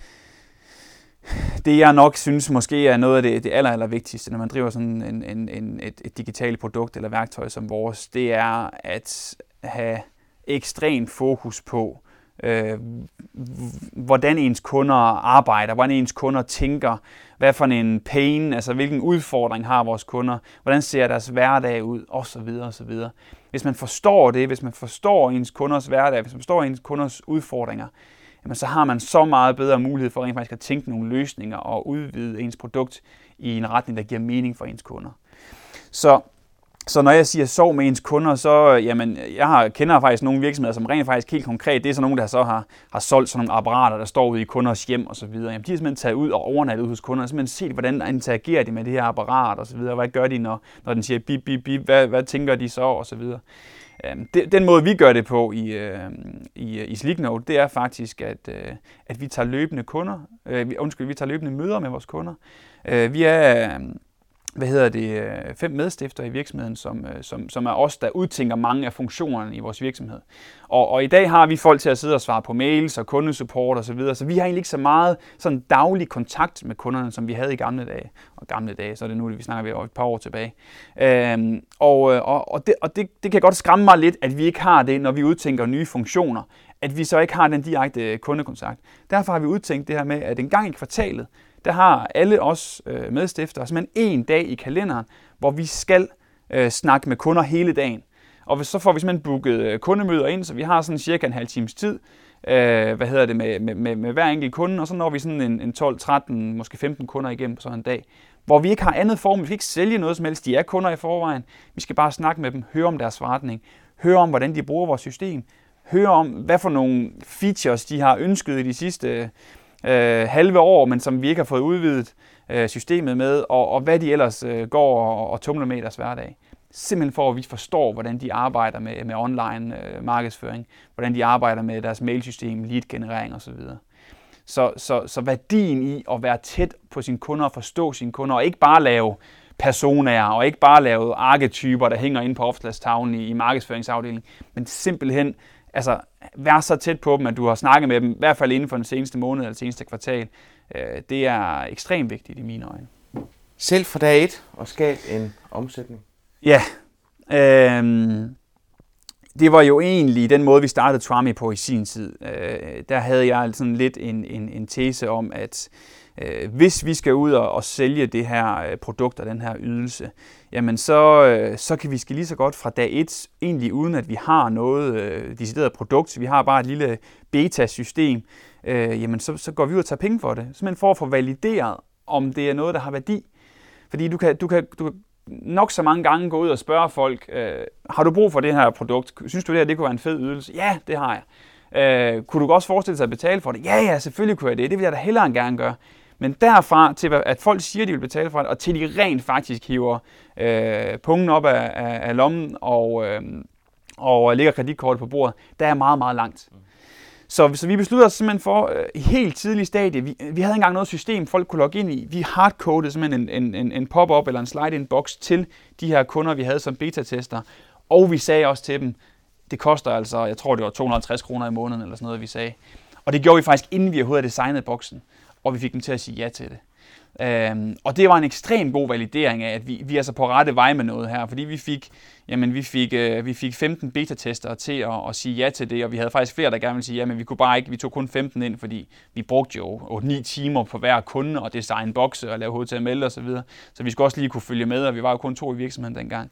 det jeg nok synes måske er noget af det aller vigtigste, når man driver sådan et digitalt produkt eller værktøj som vores, det er at have ekstrem fokus på, hvordan ens kunder arbejder, hvordan ens kunder tænker, hvad for en pain, altså hvilken udfordring har vores kunder, hvordan ser deres hverdag ud, osv. osv. Hvis man forstår det, hvis man forstår ens kunders hverdag, hvis man forstår ens kunders udfordringer, jamen så har man så meget bedre mulighed for rent faktisk at tænke nogle løsninger og udvide ens produkt i en retning, der giver mening for ens kunder. Så når jeg siger sov med ens kunder, så kender faktisk nogle virksomheder, som rent faktisk helt konkret, det er så nogle, der så har solgt sådan nogle apparater, der står ude i kunders hjem og så videre. Jamen, de har simpelthen taget ud og overnattet ud hos kunder, og simpelthen set, hvordan interagerer de med det her apparat og så videre. Hvad gør de, når den siger bip, bip, bip, hvad tænker de så og så videre. Den måde, vi gør det på i Sleeknote, det er faktisk, at vi tager løbende vi tager løbende møder med vores kunder. Vi er 5 medstiftere i virksomheden, som er os, der udtænker mange af funktionerne i vores virksomhed. Og i dag har vi folk til at sidde og svare på mails og kundesupport og så videre, så vi har egentlig ikke så meget sådan daglig kontakt med kunderne, som vi havde i gamle dage. Og gamle dage, så er det nu, vi snakker ved et par år tilbage. Det kan godt skræmme mig lidt, at vi ikke har det, når vi udtænker nye funktioner, at vi så ikke har den direkte kundekontakt. Derfor har vi udtænkt det her med, at en gang i kvartalet, der har alle os medstiftere simpelthen en dag i kalenderen, hvor vi skal snakke med kunder hele dagen. Og så får vi simpelthen booket kundemøder ind, så vi har sådan cirka en halv times tid med hver enkelt kunde, og så når vi sådan en 12, 13, måske 15 kunder igennem på sådan en dag, hvor vi ikke har andet formål, vi skal ikke sælge noget som helst, de er kunder i forvejen, vi skal bare snakke med dem, høre om deres forretning, høre om, hvordan de bruger vores system, høre om, hvad for nogle features de har ønsket i de sidste halve år, men som vi ikke har fået udvidet systemet med, og hvad de ellers går og tumler med i deres hverdag. Simpelthen for, at vi forstår, hvordan de arbejder med online markedsføring, hvordan de arbejder med deres mailsystem, lead-generering osv. Så værdien i at være tæt på sine kunder og forstå sine kunder, og ikke bare lave personaer, og ikke bare lave arketyper, der hænger inde på opslagstavlen i markedsføringsafdelingen, men simpelthen være så tæt på dem, at du har snakket med dem, i hvert fald inden for den seneste måned eller seneste kvartal. Det er ekstremt vigtigt i mine øjne. Selv fra dag 1 og skabe en omsætning? Ja, det var jo egentlig den måde, vi startede Twami på i sin tid. Der havde jeg sådan lidt en tese om, at hvis vi skal ud og sælge det her produkt og den her ydelse, jamen så kan vi skal lige så godt fra dag 1, egentlig uden at vi har noget decideret produkt, vi har bare et lille beta-system, jamen så går vi ud og tager penge for det, simpelthen for at få valideret, om det er noget, der har værdi. Fordi du kan nok så mange gange gå ud og spørge folk, har du brug for det her produkt? Synes du det kunne være en fed ydelse? Ja, det har jeg. Kunne du også forestille sig at betale for det? Ja, selvfølgelig kunne jeg det. Det vil jeg da hellere end gerne gøre. Men derfra til, at folk siger, at de vil betale for det, og til de rent faktisk hiver pungen op af lommen og lægger kreditkortet på bordet, der er meget, meget langt. Så vi besluttede os simpelthen for i helt tidlig stadie, vi havde ikke engang noget system, folk kunne logge ind i. Vi hardcodede simpelthen en pop-up eller en slide-in-box til de her kunder, vi havde som beta-tester. Og vi sagde også til dem, det koster altså, jeg tror det var 250 kroner i måneden eller sådan noget, vi sagde. Og det gjorde vi faktisk, inden vi overhovedet havde designet boksen, og vi fik dem til at sige ja til det. Og det var en ekstremt god validering af, at vi er så på rette vej med noget her, fordi vi fik 15 beta-testere til at sige ja til det, og vi havde faktisk flere, der gerne ville sige ja, men vi kunne bare ikke, vi tog kun 15 ind, fordi vi brugte jo 8-9 timer på hver kunde og designe bokse og lave HTML og så videre, så vi skulle også lige kunne følge med, og vi var jo kun 2 i virksomheden dengang.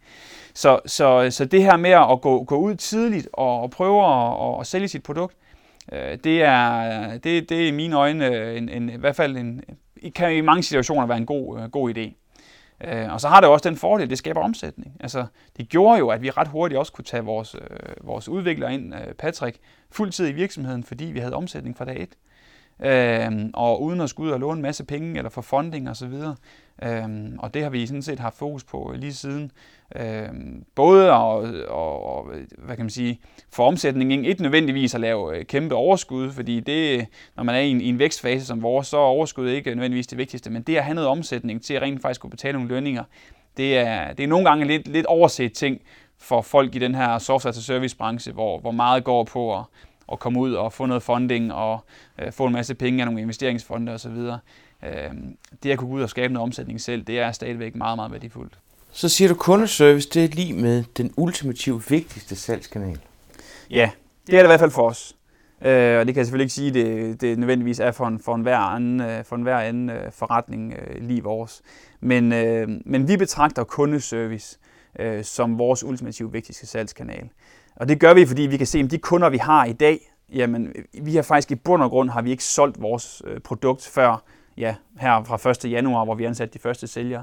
Så det her med at gå ud tidligt og prøve at sælge sit produkt, det er i mine øjne i hvert fald kan i mange situationer være en god idé. Og så har det også den fordel, det skaber omsætning. Altså, det gjorde jo, at vi ret hurtigt også kunne tage vores udvikler ind, Patrick, fuldtid i virksomheden, fordi vi havde omsætning fra dag 1. Og uden at skulle ud og låne en masse penge eller få funding osv. Og det har vi sådan set haft fokus på lige siden. Både og hvad kan man sige, for omsætningen ikke nødvendigvis at lave kæmpe overskud, fordi det, når man er i en vækstfase som vores, så er overskud ikke nødvendigvis det vigtigste, men det at have noget omsætning til at rent faktisk kunne betale nogle lønninger, det er nogle gange lidt overset ting for folk i den her software as a service branche, hvor meget går på at komme ud og få noget funding og få en masse penge af nogle investeringsfonde osv. Det at kunne gå ud og skabe noget omsætning selv, det er stadigvæk meget, meget værdifuldt. Så siger du, kundeservice, det er lige med den ultimativt vigtigste salgskanal. Ja, det er det i hvert fald for os. Og det kan jeg selvfølgelig ikke sige, det nødvendigvis er for enhver anden forretning lige vores. Men vi betragter kundeservice som vores ultimativt vigtigste salgskanal. Og det gør vi, fordi vi kan se, at de kunder, vi har i dag, jamen, vi har faktisk i bund og grund har vi ikke solgt vores produkt før, her fra 1. januar, hvor vi ansatte de første sælgere.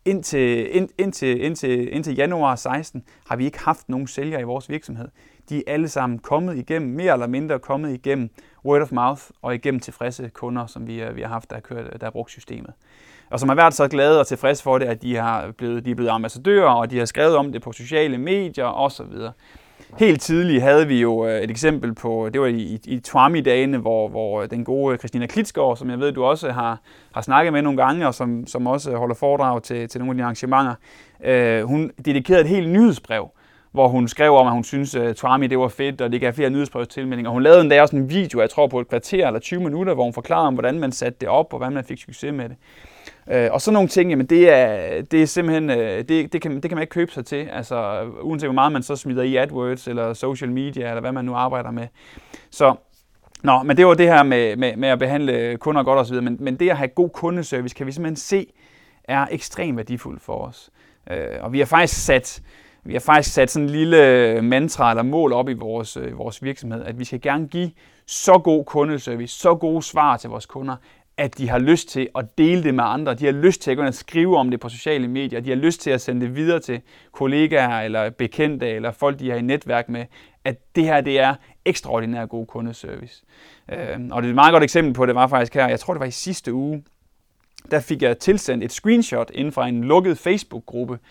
Indtil januar 16 har vi ikke haft nogen sælgere i vores virksomhed. De er alle sammen kommet igennem, mere eller mindre kommet igennem word of mouth og igennem tilfredse kunder, som vi har haft, der har brugt systemet. Og som har været så glade og tilfredse for det, at de er blevet ambassadører, og de har skrevet om det på sociale medier osv. Helt tidligt havde vi jo et eksempel på, det var i Twami-dagene, hvor den gode Christina Klitsgaard, som jeg ved, du også har snakket med nogle gange, og som også holder foredrag til nogle af de arrangementer, hun dedikerede et helt nyhedsbrev, hvor hun skrev om, at hun synes, at Twami det var fedt, og det gav flere nyhedsbrevstilmeldinger. Hun lavede endda også en video, jeg tror på et kvarter eller 20 minutter, hvor hun forklarede om, hvordan man satte det op, og hvordan man fik succes med det. Og sådan nogle ting, jamen det er simpelthen, det kan man ikke købe sig til, altså uanset hvor meget man så smider i AdWords eller social media, eller hvad man nu arbejder med. Så, men det var det her med at behandle kunder godt osv., men det at have god kundeservice, kan vi simpelthen se, er ekstremt værdifuldt for os. Og vi har faktisk sat sådan en lille mantra eller mål op i vores virksomhed, at vi skal gerne give så god kundeservice, så gode svar til vores kunder, at de har lyst til at dele det med andre. De har lyst til at gå ind og skrive om det på sociale medier. De har lyst til at sende det videre til kollegaer eller bekendte eller folk, de har i netværk med, at det her, det er ekstraordinært god kundeservice. Og det er et meget godt eksempel på det var faktisk her, jeg tror det var i sidste uge, der fik jeg tilsendt et screenshot inden fra en lukket Facebook-gruppe.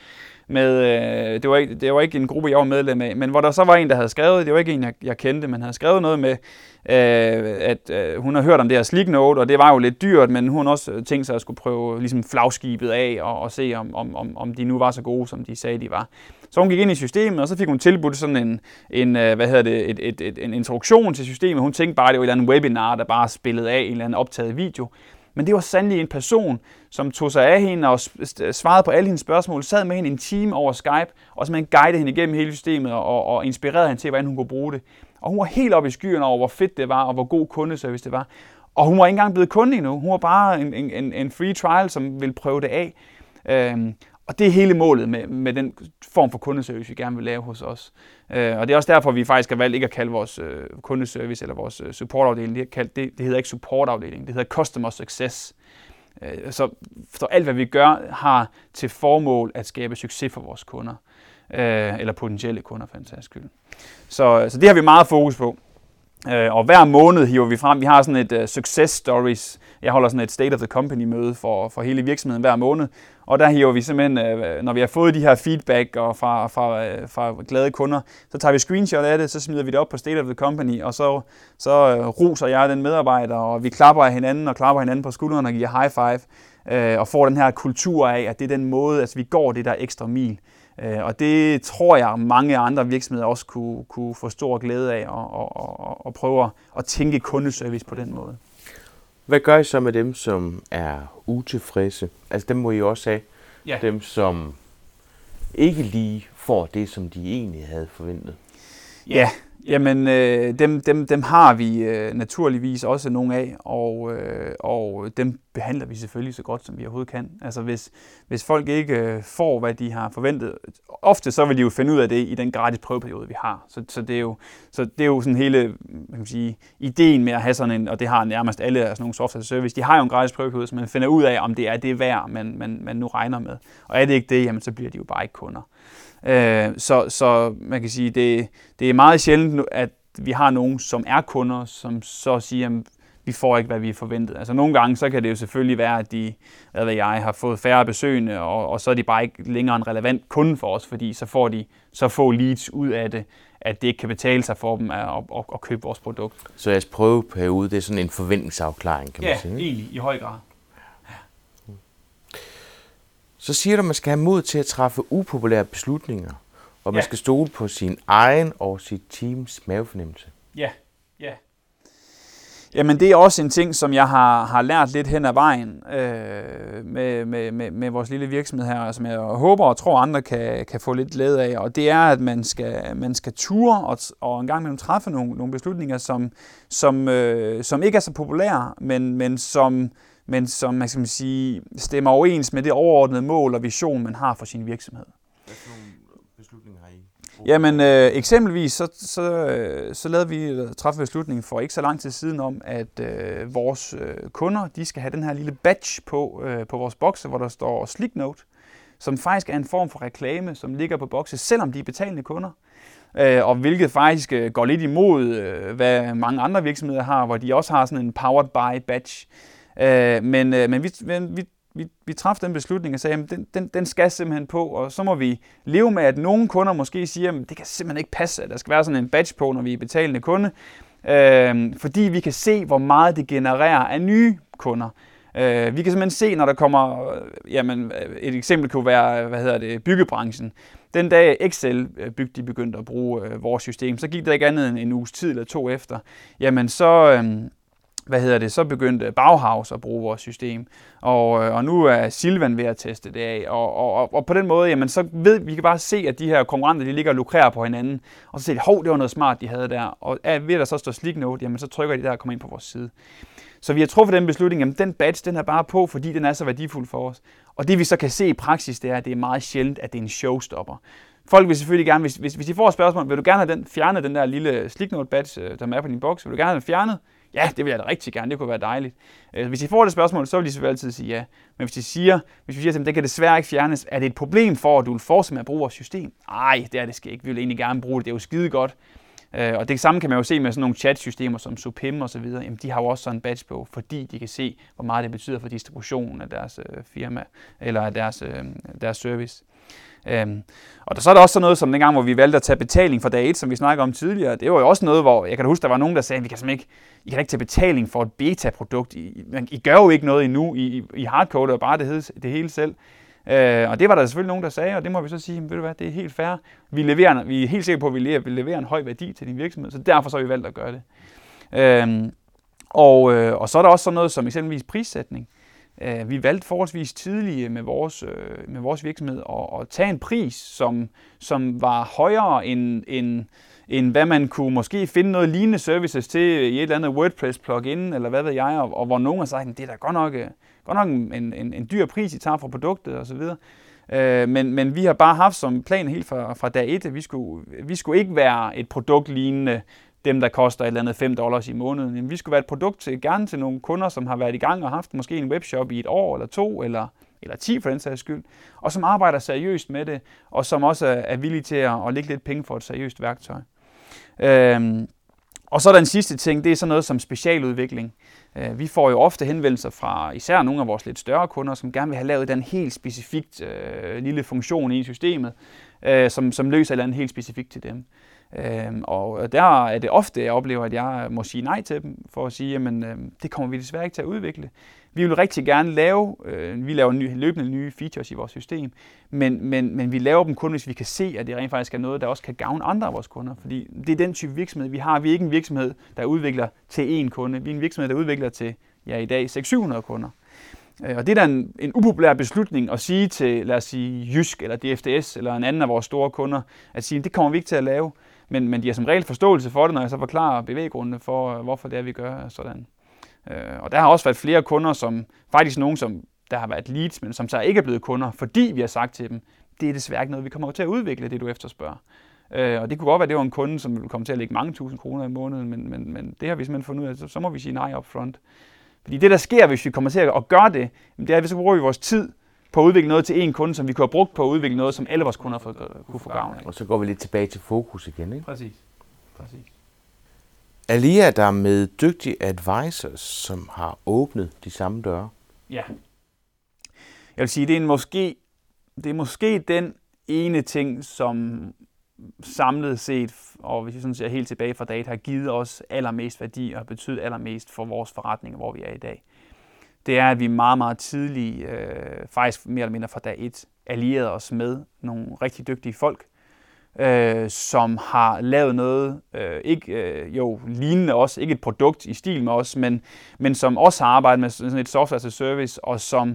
Det var ikke en gruppe, jeg var medlem af, men hvor der så var en, der havde skrevet, det var ikke en, jeg kendte, men havde skrevet noget med, at hun har hørt om det her Sleeknote, og det var jo lidt dyrt, men hun også tænkte sig at skulle prøve ligesom flagskibet af og se, om de nu var så gode, som de sagde, de var. Så hun gik ind i systemet, og så fik hun tilbudt sådan en introduktion til systemet. Hun tænkte bare, det var et eller andet webinar, der bare spillede af en eller anden optaget video. Men det var sandelig en person, som tog sig af hende og svarede på alle hendes spørgsmål, sad med hende en time over Skype, og simpelthen guidede hende igennem hele systemet og inspirerede hende til, hvordan hun kunne bruge det. Og hun var helt oppe i skyerne over, hvor fedt det var, og hvor god kundeservice det var. Og hun var ikke engang blevet kunde endnu. Hun var bare en free trial, som ville prøve det af. Og det er hele målet med den form for kundeservice, vi gerne vil lave hos os. Og det er også derfor, vi faktisk har valgt ikke at kalde vores kundeservice eller vores supportafdeling. Det hedder ikke supportafdeling, det hedder customer success. Så alt, hvad vi gør, har til formål at skabe succes for vores kunder. Eller potentielle kunder, for en sags skyld. Så det har vi meget fokus på. Og hver måned hiver vi frem. Vi har sådan et success stories. Jeg holder sådan et state of the company møde for hele virksomheden hver måned. Og der hiver vi simpelthen, når vi har fået de her feedback og fra glade kunder, så tager vi screenshot af det, så smider vi det op på state of the company, og så roser jeg den medarbejder, og vi klapper hinanden på skulderen og giver high five, og får den her kultur af, at det er den måde, altså vi går det der ekstra mil. Og det tror jeg, mange andre virksomheder også kunne få stor glæde af og prøve at tænke kundeservice på den måde. Hvad gør I så med dem, som er utilfredse? Altså dem må I også have. Ja. Dem, som ikke lige får det, som de egentlig havde forventet. Ja, jamen dem har vi naturligvis også nogle af, og dem behandler vi selvfølgelig så godt, som vi overhovedet kan. Altså hvis folk ikke får, hvad de har forventet, ofte så vil de jo finde ud af det i den gratis prøveperiode, vi har. Så det er jo sådan hele, man kan sige, ideen med at have sådan en, og det har nærmest alle sådan nogle software service, de har jo en gratis prøveperiode, så man finder ud af, om det er det værd, man nu regner med. Og er det ikke det, jamen så bliver de jo bare ikke kunder. Så man kan sige, det er meget sjældent, at vi har nogen, som er kunder, som så siger, at vi får ikke, hvad vi forventet. Altså nogle gange, så kan det jo selvfølgelig være, at de, har fået færre besøgende, og så er de bare ikke længere en relevant kunde for os, fordi så får de så få leads ud af det, at det ikke kan betale sig for dem at købe vores produkt. Så jeres prøveperiode, det er sådan en forventningsafklaring, kan man sige? Ja, egentlig, i høj grad. Så siger du, at man skal have mod til at træffe upopulære beslutninger, og man skal stole på sin egen og sit teams mavefornemmelse. Ja. Jamen det er også en ting, som jeg har lært lidt hen ad vejen med vores lille virksomhed her, som jeg håber og tror andre kan få lidt glæde af. Og det er, at man skal ture og en gang imellem træffe nogle beslutninger, som ikke er så populære, men som man skal sige, stemmer overens med det overordnede mål og vision, man har for sin virksomhed. Hvad for nogle beslutninger har I? Jamen eksempelvis så lavede vi træffe beslutningen for ikke så lang tid siden om, at vores kunder, de skal have den her lille badge på vores bokse, hvor der står Sleeknote, som faktisk er en form for reklame, som ligger på bokse, selvom de er betalende kunder. Og hvilket faktisk går lidt imod, hvad mange andre virksomheder har, hvor de også har sådan en powered by badge. Men vi træffede den beslutning og sagde, at den skal simpelthen på, og så må vi leve med, at nogle kunder måske siger, at det kan simpelthen ikke passe, at der skal være sådan en badge på, når vi er betalende kunde, fordi vi kan se, hvor meget det genererer af nye kunder. Vi kan simpelthen se, når der kommer, et eksempel kunne være, byggebranchen. Den dag Excel de begyndte at bruge vores system, så gik der ikke andet end en uges tid eller to efter, jamen så begyndte Bauhaus at bruge vores system, og nu er Silvan ved at teste det af, og på den måde, jamen så vi kan bare se, at de her konkurrenter, de ligger og lukrerer på hinanden, og så siger de, det var noget smart, de havde der, og ved at der så står Sleeknote, jamen så trykker de der og kommer ind på vores side. Så vi har truffet den beslutning, jamen den badge, den er bare på, fordi den er så værdifuld for os. Og det vi så kan se i praksis, det er, at det er meget sjældent, at det er en showstopper. Folk vil selvfølgelig gerne, hvis de får et spørgsmål, vil du gerne have fjernet den der lille Sleeknote badge, der er på din boks, vil du gerne have den fjernet? Ja, det vil jeg da rigtig gerne, det kunne være dejligt. Hvis de får det spørgsmål, så vil de selvfølgelig altid sige ja. Men hvis vi siger til dem, det kan desværre ikke fjernes, er det et problem for, at du vil fortsætte med at bruge vores system? Nej, det er det ikke. Vi vil egentlig gerne bruge det, det er jo skide godt. Og det samme kan man jo se med sådan nogle chatsystemer som Supim og så videre. Jamen, de har jo også sådan en badge på, fordi de kan se, hvor meget det betyder for distributionen af deres firma eller af deres service. Og så er der også sådan noget som dengang, hvor vi valgte at tage betaling for dag 1, som vi snakkede om tidligere. Det var jo også noget, hvor jeg kan huske, der var nogen, der sagde, at I kan ikke tage betaling for et beta-produkt. I gør jo ikke noget endnu. I hardcoder jo bare det hele selv. Og det var der selvfølgelig nogen, der sagde, og det må vi så sige, ved du hvad, det er helt fair. Vi er helt sikre på, at vi leverer en høj værdi til din virksomhed, så derfor så har vi valgt at gøre det. Og så er der også sådan noget som eksempelvis prissætning. Vi valgte forholdsvis tidligt med vores virksomhed at tage en pris, som var højere end hvad man kunne måske finde noget lignende services til i et eller andet WordPress-plugin, eller hvad ved jeg, og hvor nogen har sagt, det er da godt nok en dyr pris, I tager for produktet osv. Men vi har bare haft som plan helt fra dag 1, at vi skulle ikke være et produkt lignende dem, der koster et eller andet $5 i måneden. Jamen, vi skulle være et produkt gerne til nogle kunder, som har været i gang og haft måske en webshop i 1 år eller 2 eller 10 for den sags skyld, og som arbejder seriøst med det, og som også er villige til at lægge lidt penge for et seriøst værktøj. Og så er der en sidste ting, det er sådan noget som specialudvikling. Vi får jo ofte henvendelser fra især nogle af vores lidt større kunder, som gerne vil have lavet den helt specifikt lille funktion i systemet, som løser et eller andet helt specifikt til dem. Og der er det ofte, jeg oplever, at jeg må sige nej til dem, for at sige, jamen det kommer vi desværre ikke til at udvikle. Vi vil rigtig gerne lave løbende nye features i vores system, men vi laver dem kun, hvis vi kan se, at det rent faktisk er noget, der også kan gavne andre af vores kunder. Fordi det er den type virksomhed, vi har. Vi er ikke en virksomhed, der udvikler til én kunde. Vi er en virksomhed, der udvikler til i dag 600-700 kunder. Og det er da en upopulær beslutning at sige til, lad os sige, Jysk eller DFDS eller en anden af vores store kunder, at sige, det kommer vi ikke til at lave. Men de har som regel forståelse for det, når jeg så forklarer bevæggrundene for, hvorfor det er, vi gør sådan. Og der har også været flere kunder, som faktisk nogen, som der har været leads, men som så ikke er blevet kunder, fordi vi har sagt til dem, det er desværre ikke noget, vi kommer til at udvikle, det du efterspørger. Og det kunne godt være, at det var en kunde, som ville komme til at lægge mange tusind kroner i måneden, men det har vi simpelthen fundet ud af, så må vi sige nej up front. Fordi det, der sker, hvis vi kommer til at gøre det, det er, at vi så bruger vi vores tid på at udvikle noget til en kunde, som vi kunne have brugt på at udvikle noget, som alle vores kunder kunne få gavn af. Og så går vi lidt tilbage til fokus igen, ikke? Præcis. Alia, der med dygtige advisors, som har åbnet de samme døre. Ja. Jeg vil sige, det er måske den ene ting, som samlet set, og hvis vi sådan ser helt tilbage fra dag, har givet os allermest værdi og betydet allermest for vores forretning, hvor vi er i dag. Det er, at vi meget, meget tidligt, faktisk mere eller mindre fra dag 1, allierede os med nogle rigtig dygtige folk, som har lavet noget, lignende os, ikke et produkt i stil med os, men som også har arbejdet med sådan et software as a service, og som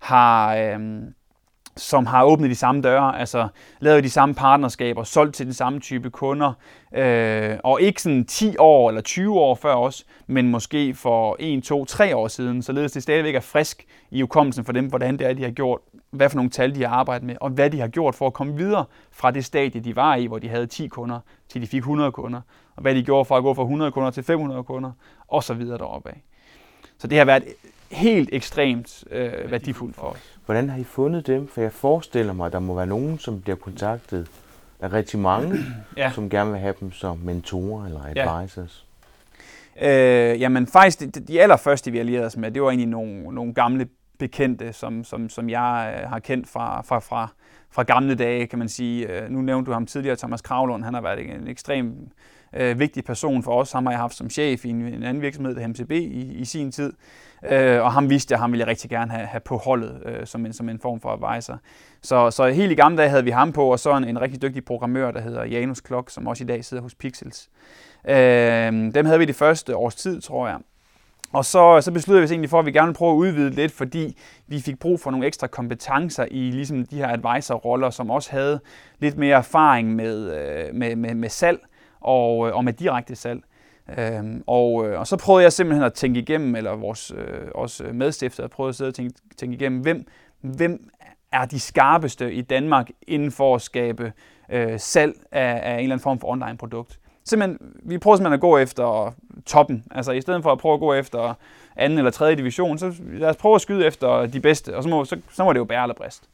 har åbnet de samme døre, altså lavet de samme partnerskaber, solgt til den samme type kunder, og ikke sådan 10 år eller 20 år før os, men måske for 1, 2, 3 år siden, således det stadigvæk er frisk i hukommelsen for dem, hvordan det er, de har gjort, hvad for nogle tal, de har arbejdet med, og hvad de har gjort for at komme videre fra det stadie, de var i, hvor de havde 10 kunder, til de fik 100 kunder, og hvad de gjorde for at gå fra 100 kunder til 500 kunder, og så videre deroppe af. Så det har været helt ekstremt værdifuldt for os. Hvordan har I fundet dem? For jeg forestiller mig, at der må være nogen, som bliver kontaktet af rigtig mange, som gerne vil have dem som mentorer eller advisors. Jamen faktisk, de allerførste, vi allierede os med, det var egentlig nogle gamle bekendte, som jeg har kendt fra gamle dage, kan man sige. Nu nævnte du ham tidligere, Thomas Kravlund. Han har været en ekstrem vigtig person for os. Ham har jeg haft som chef i en anden virksomhed, der hedder MCB i sin tid. Og ham vidste jeg, ham ville jeg rigtig gerne have på holdet som en form for advisor. Så helt i gamle dage havde vi ham på, og så en rigtig dygtig programmør, der hedder Janus Klok, som også i dag sidder hos Pixels. Dem havde vi det første års tid, tror jeg. Og så besluttede vi os egentlig for, at vi gerne ville prøve at udvide lidt, fordi vi fik brug for nogle ekstra kompetencer i ligesom de her advisor-roller, som også havde lidt mere erfaring med salg og med direkte salg. Og så prøvede jeg simpelthen at tænke igennem, eller vores medstifter prøvede at sidde og tænke igennem, hvem er de skarpeste i Danmark inden for at skabe salg af en eller anden form for online produkt. Vi prøvede simpelthen at gå efter toppen. Altså i stedet for at prøve at gå efter anden eller tredje division, så lad os prøve at skyde efter de bedste, og så må det jo bære eller brist.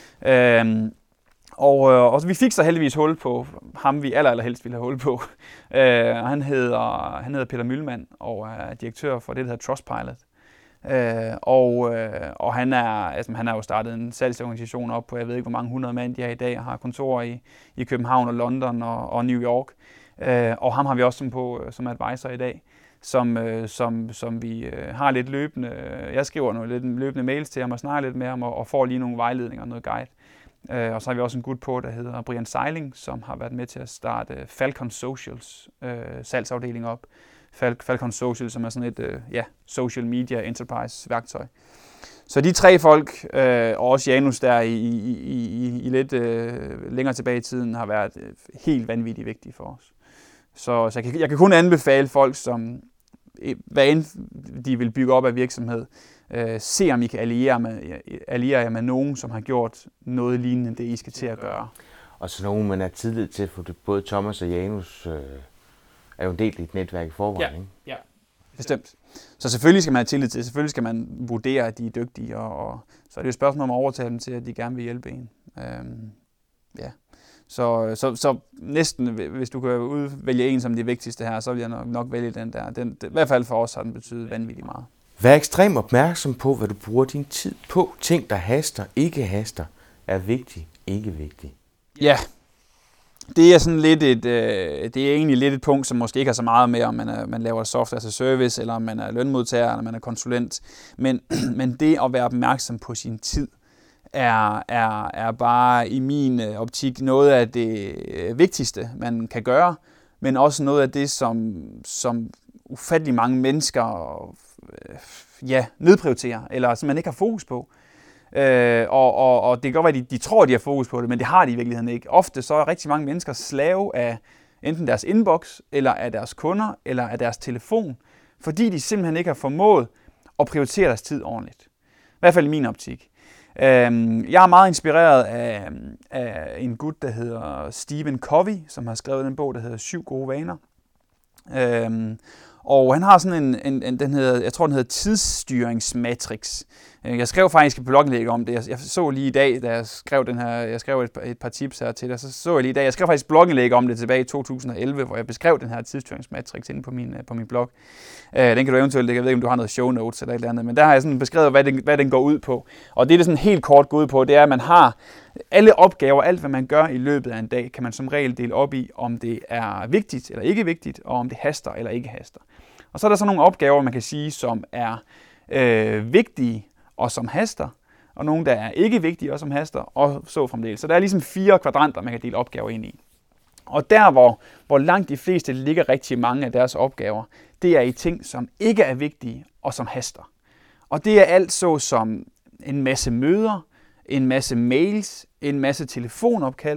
Og vi fik så heldigvis hul på ham, vi allerhelst ville have hul på. Han hedder Peter Mühlmann og er direktør for det, der hedder Trustpilot. Og han har jo startet en salgsorganisation op på, jeg ved ikke, hvor mange 100 mand de har i dag, og har kontorer i København og London og New York. Og ham har vi også som advisor i dag, som vi har lidt løbende. Jeg skriver nogle lidt løbende mails til ham og snakker lidt med ham og får lige nogle vejledninger og noget guide. Og så har vi også en gut på, der hedder Brian Seiling, som har været med til at starte Falcon Socials salgsafdeling op. Falcon Social, som er sådan et social media enterprise værktøj. Så de 3 folk, og også Janus der i lidt længere tilbage i tiden, har været helt vanvittigt vigtige for os. Så jeg kan kun anbefale folk, som hvad end de vil bygge op af virksomhed, se om I kan alliere jer med nogen, som har gjort noget lignende det, I skal til at gøre. Og så nogen, man har tillid til, for både Thomas og Janus er jo en del i et netværk i forvejen, ikke? Ja, bestemt. Så selvfølgelig skal man have tillid til, selvfølgelig skal man vurdere, at de er dygtige, og så er det jo et spørgsmål om at overtale dem til, at de gerne vil hjælpe en. Så næsten, hvis du kan vælge en som det vigtigste her, så vil jeg nok vælge den der. I hvert fald for os har den betydet vanvittigt meget. Vær ekstremt opmærksom på, hvad du bruger din tid på. Ting, der haster, ikke haster, er vigtigt, ikke vigtigt. Ja, det er sådan lidt det er egentlig lidt et punkt, som måske ikke har så meget med, om man laver software as a service, eller om man er lønmodtager, eller man er konsulent. Men det at være opmærksom på sin tid, er bare i min optik noget af det vigtigste, man kan gøre, men også noget af det, som ufattelig mange mennesker nedprioriterer, eller som man ikke har fokus på. Og det kan godt være, at de tror, de har fokus på det, men det har de i virkeligheden ikke. Ofte så er rigtig mange mennesker slave af enten deres inbox, eller af deres kunder, eller af deres telefon, fordi de simpelthen ikke har formået at prioritere deres tid ordentligt. I hvert fald i min optik. Jeg er meget inspireret af en gut, der hedder Stephen Covey, som har skrevet en bog, der hedder 7 gode vaner. Og han har sådan den hedder tidsstyringsmatrix. Jeg skrev faktisk et blogindlæg om det. Jeg så lige i dag, da jeg skrev den her, jeg skrev et par tips her til dig, så jeg lige i dag. Jeg skrev faktisk et blogindlæg om det tilbage i 2011, hvor jeg beskrev den her tidsstyringsmatrix inde på min blog. Den kan du eventuelt, jeg ved ikke, om du har noget show notes eller et eller andet, men der har jeg sådan beskrevet, hvad den går ud på. Og det sådan helt kort går ud på, det er, at man har alle opgaver, alt hvad man gør i løbet af en dag, kan man som regel dele op i, om det er vigtigt eller ikke vigtigt, og om det haster eller ikke haster. Og så er der så nogle opgaver, man kan sige, som er vigtige og som haster, og nogle, der er ikke vigtige og som haster, og så fremdeles. Så der er ligesom 4 kvadranter, man kan dele opgaver ind i. Og der, hvor langt de fleste ligger rigtig mange af deres opgaver, det er i ting, som ikke er vigtige og som haster. Og det er alt så som en masse møder, en masse mails, en masse telefonopkald,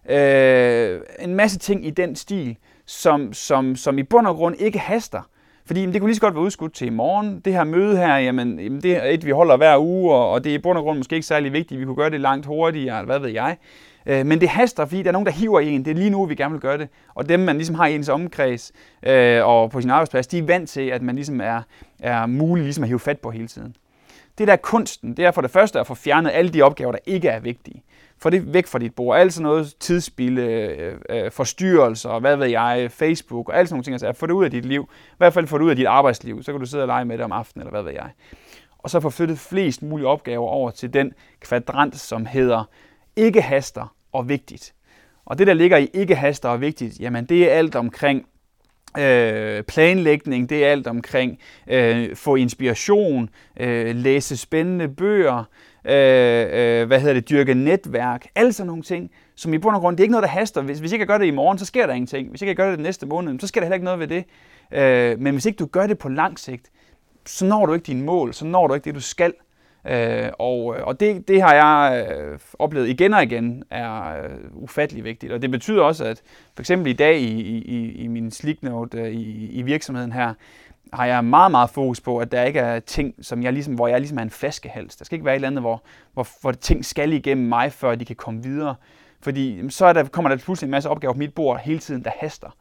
en masse ting i den stil, som i bund og grund ikke haster. Fordi det kunne lige så godt være udskudt til i morgen. Det her møde her, jamen, det er et, vi holder hver uge, og det er i bund og grund måske ikke særlig vigtigt. Vi kunne gøre det langt hurtigere, eller hvad ved jeg. Men det haster, fordi der er nogen, der hiver i en. Det er lige nu, vi gerne vil gøre det. Og dem, man ligesom har i ens omkreds og på sin arbejdsplads, de er vant til, at man ligesom er mulig ligesom at hive fat på hele tiden. Det der er kunsten, det er for det første at få fjernet alle de opgaver, der ikke er vigtige. Få det væk fra dit bord. Alt sådan noget tidsspilde, forstyrrelser, hvad ved jeg, Facebook og alt sådan nogle ting. Altså få det ud af dit liv. I hvert fald få det ud af dit arbejdsliv. Så kan du sidde og lege med det om aftenen, eller hvad ved jeg. Og så få flyttet flest mulige opgaver over til den kvadrant, som hedder ikke haster og vigtigt. Og det, der ligger i ikke haster og vigtigt, jamen det er alt omkring planlægning, det er alt omkring få inspiration, læse spændende bøger, dyrke netværk, alle sådan nogle ting, som i bund og grund, det er ikke noget, der haster. Hvis ikke jeg gør det i morgen, så sker der ingenting. Hvis ikke jeg gør det den næste måned, så sker der heller ikke noget ved det. Men hvis ikke du gør det på lang sigt, så når du ikke dine mål, så når du ikke det, du skal. Og det har jeg oplevet igen og igen, er ufattelig vigtigt. Og det betyder også, at for eksempel i dag i min Sleeknote i virksomheden her, har jeg meget, meget fokus på, at der ikke er ting, hvor jeg ligesom er en flaskehals. Der skal ikke være et eller andet, hvor ting skal igennem mig, før de kan komme videre. Fordi så kommer der pludselig en masse opgaver på mit bord hele tiden, der haster.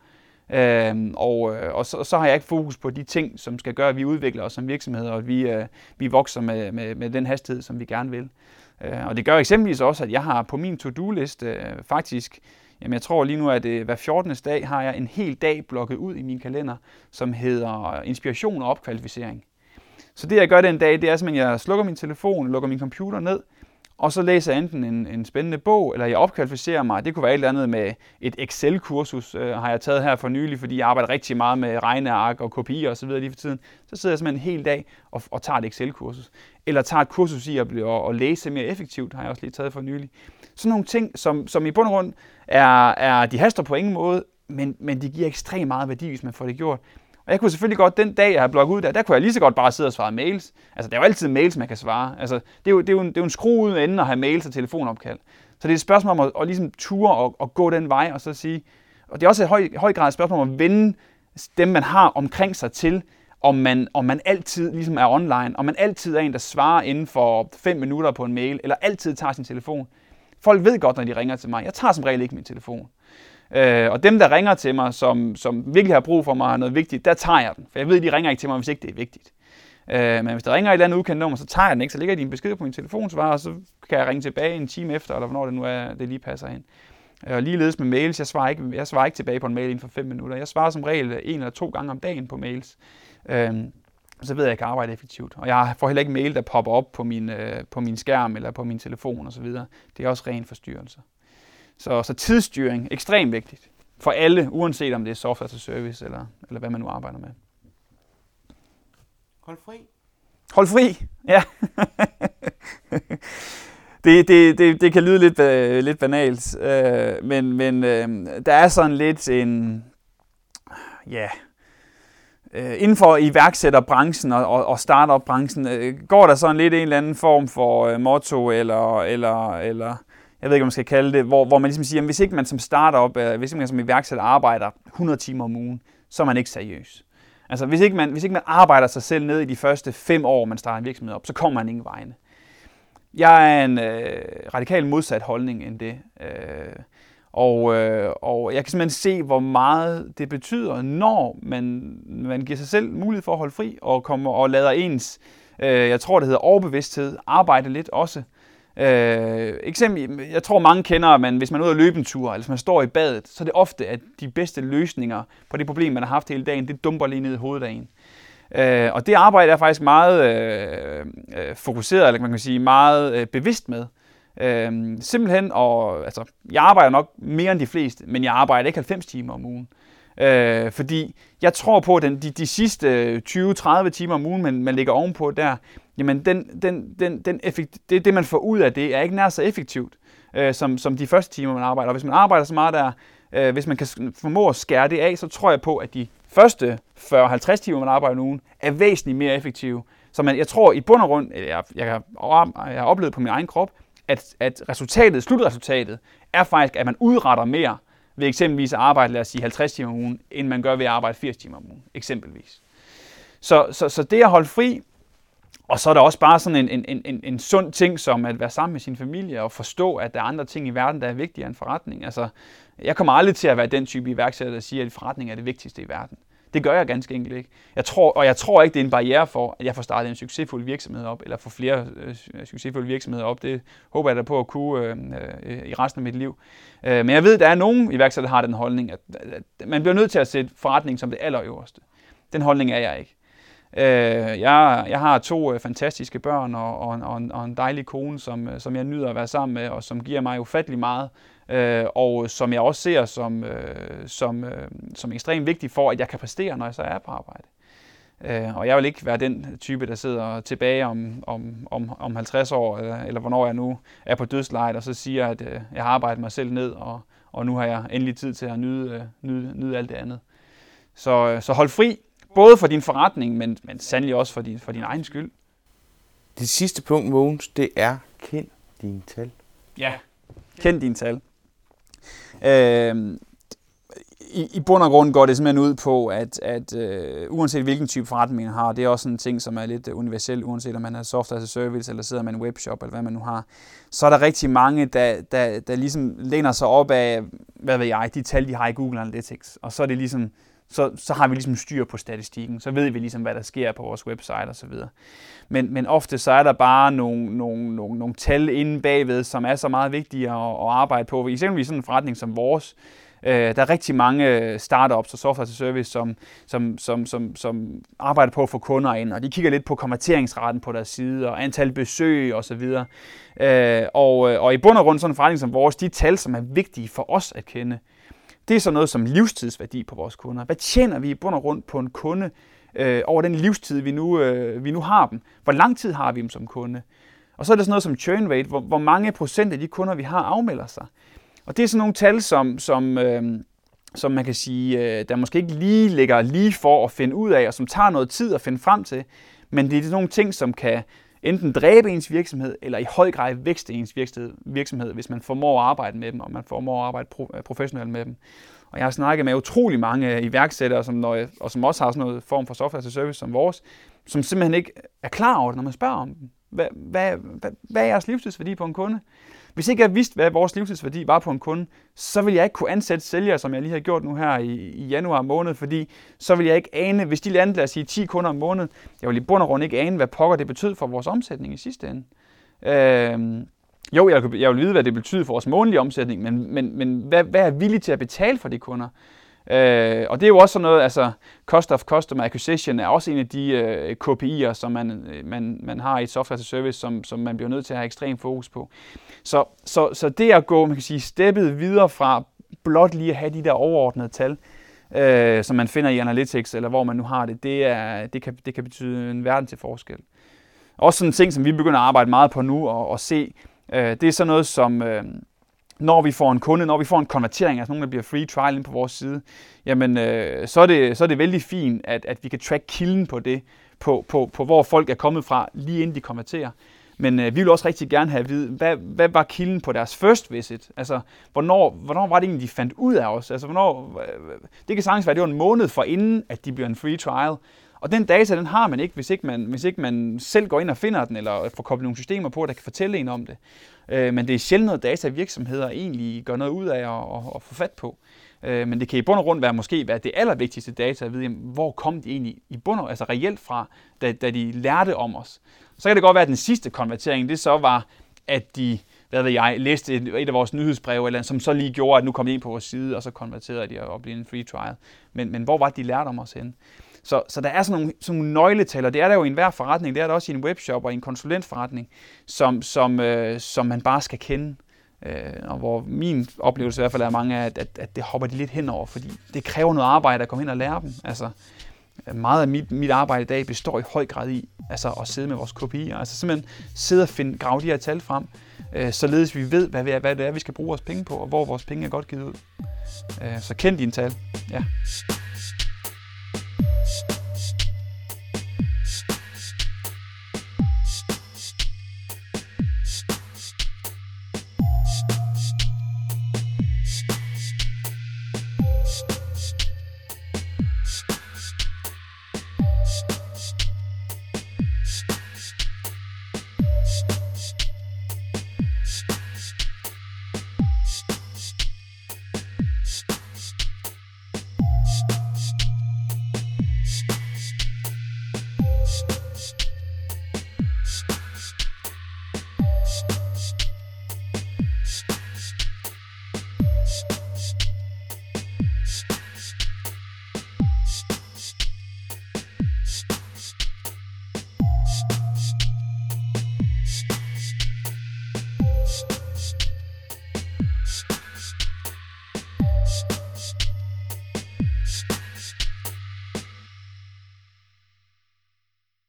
Og så har jeg ikke fokus på de ting, som skal gøre, at vi udvikler os som virksomheder, og at vi vokser med den hastighed, som vi gerne vil. Og det gør eksempelvis også, at jeg har på min to-do-liste faktisk, jamen jeg tror lige nu, at hver 14. dag har jeg en hel dag blokket ud i min kalender, som hedder inspiration og opkvalificering. Så det jeg gør den dag, det er simpelthen, at jeg slukker min telefon, lukker min computer ned, og så læser jeg enten en spændende bog, eller jeg opkvalificerer mig. Det kunne være et eller andet med et Excel-kursus, har jeg taget her for nylig, fordi jeg arbejder rigtig meget med regneark og kopier osv. lige for tiden. Så sidder jeg simpelthen en hel dag og tager et Excel-kursus. Eller tager et kursus i at læse mere effektivt, har jeg også lige taget for nylig. Sådan nogle ting, som i bund og grund de haster på ingen måde, men de giver ekstremt meget værdi, hvis man får det gjort. Og jeg kunne selvfølgelig godt, den dag jeg har blokket ud der kunne jeg lige så godt bare sidde og svare mails. Altså, der er jo altid mails, man kan svare. Altså, det er jo en skrue uden ende at have mails og telefonopkald. Så det er et spørgsmål om at ligesom ture og gå den vej, og så sige, og det er også et høj grad et spørgsmål om at vende dem, man har omkring sig til, om man altid ligesom er online, om man altid er en, der svarer inden for 5 minutter på en mail, eller altid tager sin telefon. Folk ved godt, når de ringer til mig. Jeg tager som regel ikke min telefon. Og dem, der ringer til mig, som virkelig har brug for mig og noget vigtigt, der tager jeg den. For jeg ved, de ringer ikke til mig, hvis ikke det er vigtigt. Men hvis der ringer et eller andet ukendt nummer, så tager jeg den ikke. Så ligger de en besked på min telefonsvarer, og så kan jeg ringe tilbage en time efter, eller hvornår det nu er, det lige passer ind. Og ligeledes med mails, jeg svarer ikke tilbage på en mail inden for 5 minutter. Jeg svarer som regel 1 eller 2 gange om dagen på mails. Så ved jeg, at jeg kan arbejde effektivt. Og jeg får heller ikke mail, der popper op på min skærm eller på min telefon osv. Det er også ren forstyrrelse. Så tidsstyring, ekstremt vigtigt for alle, uanset om det er software til service eller hvad man nu arbejder med. Hold fri. Hold fri, ja. det kan lyde lidt banalt, men der er sådan lidt en, ja, inden for iværksætterbranchen og startup-branchen, går der sådan lidt en eller anden form for motto eller jeg ved ikke, om man skal kalde det, hvor man ligesom siger, at hvis ikke man som startup, hvis ikke man som iværksætter arbejder 100 timer om ugen, så er man ikke seriøs. Altså hvis ikke man arbejder sig selv ned i de første 5 år, man starter en virksomhed op, så kommer man ingen vegne. Jeg er en radikal modsat holdning end det. Og jeg kan simpelthen se, hvor meget det betyder, når man giver sig selv mulighed for at holde fri og kommer og lader ens, jeg tror det hedder overbevidsthed, arbejde lidt også. Eksempel, jeg tror mange kender, at hvis man er ude at løbe en tur, eller hvis man står i badet, så er det ofte, at de bedste løsninger på det problem, man har haft hele dagen, det dumper lige ned i hovedet af en. Og det arbejde er faktisk meget fokuseret, eller man kan sige meget bevidst med. Simpelthen, altså, jeg arbejder nok mere end de fleste, men jeg arbejder ikke 90 timer om ugen. Fordi jeg tror på, at de sidste 20-30 timer om ugen, man ligger ovenpå der, jamen det man får ud af det, er ikke nær så effektivt, som de første timer, man arbejder. Og hvis man arbejder så meget der, hvis man kan formå at skære det af, så tror jeg på, at de første 40-50 timer, man arbejder om ugen, er væsentligt mere effektive. Så jeg tror i bund og grund, jeg har oplevet på min egen krop, at slutresultatet er faktisk, at man udretter mere ved eksempelvis at arbejde, lad os sige, 50 timer om ugen, end man gør ved at arbejde 80 timer om ugen, eksempelvis. Så det at holde fri, og så er der også bare sådan en sund ting, som at være sammen med sin familie og forstå, at der er andre ting i verden, der er vigtigere end forretning. Altså, jeg kommer aldrig til at være den type iværksætter, der siger, at forretning er det vigtigste i verden. Det gør jeg ganske enkelt ikke. Jeg tror ikke, det er en barriere for, at jeg får startet en succesfuld virksomhed op, eller får flere succesfulde virksomheder op. Det håber jeg da på at kunne i resten af mit liv. Men jeg ved, at der er nogen iværksættere, der har den holdning, at man bliver nødt til at sætte forretning som det allerøverste. Den holdning er jeg ikke. Jeg har 2 fantastiske børn og en dejlig kone, som jeg nyder at være sammen med, og som giver mig ufattelig meget, og som jeg også ser som ekstremt vigtigt for, at jeg kan præstere, når jeg så er på arbejde. Og jeg vil ikke være den type, der sidder tilbage om 50 år, eller hvornår jeg nu er på dødslejet, og så siger, at jeg har arbejdet mig selv ned, og nu har jeg endelig tid til at nyde alt det andet. Så hold fri, både for din forretning, men sandelig også for din egen skyld. Det sidste punkt, Mogens, det er kend dine tal. Ja, kend dine tal. I bund og grund går det simpelthen ud på, at uanset hvilken type forretning man har, det er også sådan en ting, som er lidt universel, uanset om man har software as a service, eller sidder med en webshop, eller hvad man nu har, så er der rigtig mange, der ligesom læner sig op af, hvad ved jeg, de tal, de har i Google Analytics, og så er det ligesom, så har vi ligesom styr på statistikken, så ved vi ligesom, hvad der sker på vores website osv. Men ofte så er der bare nogle tal inde bagved, som er så meget vigtige at arbejde på. Eksempelvis sådan en forretning som vores, der er rigtig mange startups og software as a service, som arbejder på at få kunder ind, og de kigger lidt på konverteringsraten på deres side, og antal besøg osv. Og i bund og grund sådan en forretning som vores, de tal, som er vigtige for os at kende, det er så noget som livstidsværdi på vores kunder. Hvad tjener vi i bund og grund på en kunde over den livstid, vi nu har dem? Hvor lang tid har vi dem som kunde? Og så er det sådan noget som churn rate, hvor mange procent af de kunder, vi har, afmelder sig. Og det er sådan nogle tal, som man kan sige, der måske ikke lige ligger lige for at finde ud af, og som tager noget tid at finde frem til. Men det er sådan nogle ting, som kan enten dræbe ens virksomhed, eller i høj grad vækste ens virksomhed, hvis man formår at arbejde med dem, og man formår at arbejde professionelt med dem. Og jeg har snakket med utrolig mange iværksættere, og som også har sådan noget form for software as a service som vores, som simpelthen ikke er klar over det, når man spørger om dem. Hvad er jeres livstidsværdi på en kunde? Hvis ikke jeg vidste, hvad vores livstidsværdi var på en kunde, så ville jeg ikke kunne ansætte sælgere, som jeg lige har gjort nu her i januar måned, fordi så ville jeg ikke ane, hvis de landede, lad os sige, 10 kunder om måneden, jeg ville i bund og grund ikke ane, hvad pokker det betød for vores omsætning i sidste ende. Jeg vil vide, hvad det betyder for vores månedlige omsætning, men hvad er villig til at betale for de kunder? Og det er jo også sådan noget, altså cost of customer acquisition er også en af de KPI'er, som man har i et software as a service, som man bliver nødt til at have ekstrem fokus på. Så det at gå, man kan sige, steppet videre fra blot lige at have de der overordnede tal, som man finder i Analytics, eller hvor man nu har det, det kan betyde en verden til forskel. Også sådan en ting, som vi begynder at arbejde meget på nu og se, det er sådan noget som, når vi får en kunde, når vi får en konvertering, altså nogen, der bliver free trial inde på vores side, jamen så er det vældig fint, at vi kan track kilden på det, på hvor folk er kommet fra, lige inden de konverterer. Men vi vil også rigtig gerne have at vide, hvad var kilden på deres first visit? Altså, hvornår var det egentlig, de fandt ud af os? Altså, det kan sagtens være, at det var en måned for inden, at de bliver en free trial. Og den data, den har man ikke, hvis ikke man selv går ind og finder den, eller får koblet nogle systemer på, der kan fortælle en om det. Men det er sjældent noget data, virksomheder egentlig gør noget ud af at få fat på. Men det kan i bund og grund måske være det allervigtigste data at vide, jamen, hvor kom de egentlig altså reelt fra, da de lærte om os. Så kan det godt være, at den sidste konvertering, det så var, at de læste et af vores nyhedsbreve, eller som så lige gjorde, at nu kom de ind på vores side, og så konverterede de og blev en free trial. Men hvor var det, de lærte om os henne? Så der er sådan nogle nøgletal, og det er der jo i enhver forretning, det er der også i en webshop og i en konsulentforretning, som man bare skal kende. Og hvor min oplevelse i hvert fald er mange af, at det hopper de lidt henover, fordi det kræver noget arbejde at komme hen og lære dem. Altså, meget af mit arbejde i dag består i høj grad i at sidde med vores KPI'er, altså simpelthen sidde og grave de her tal frem, således vi ved, hvad det er, vi skal bruge vores penge på, og hvor vores penge er godt givet ud. Så kend dine tal. Ja.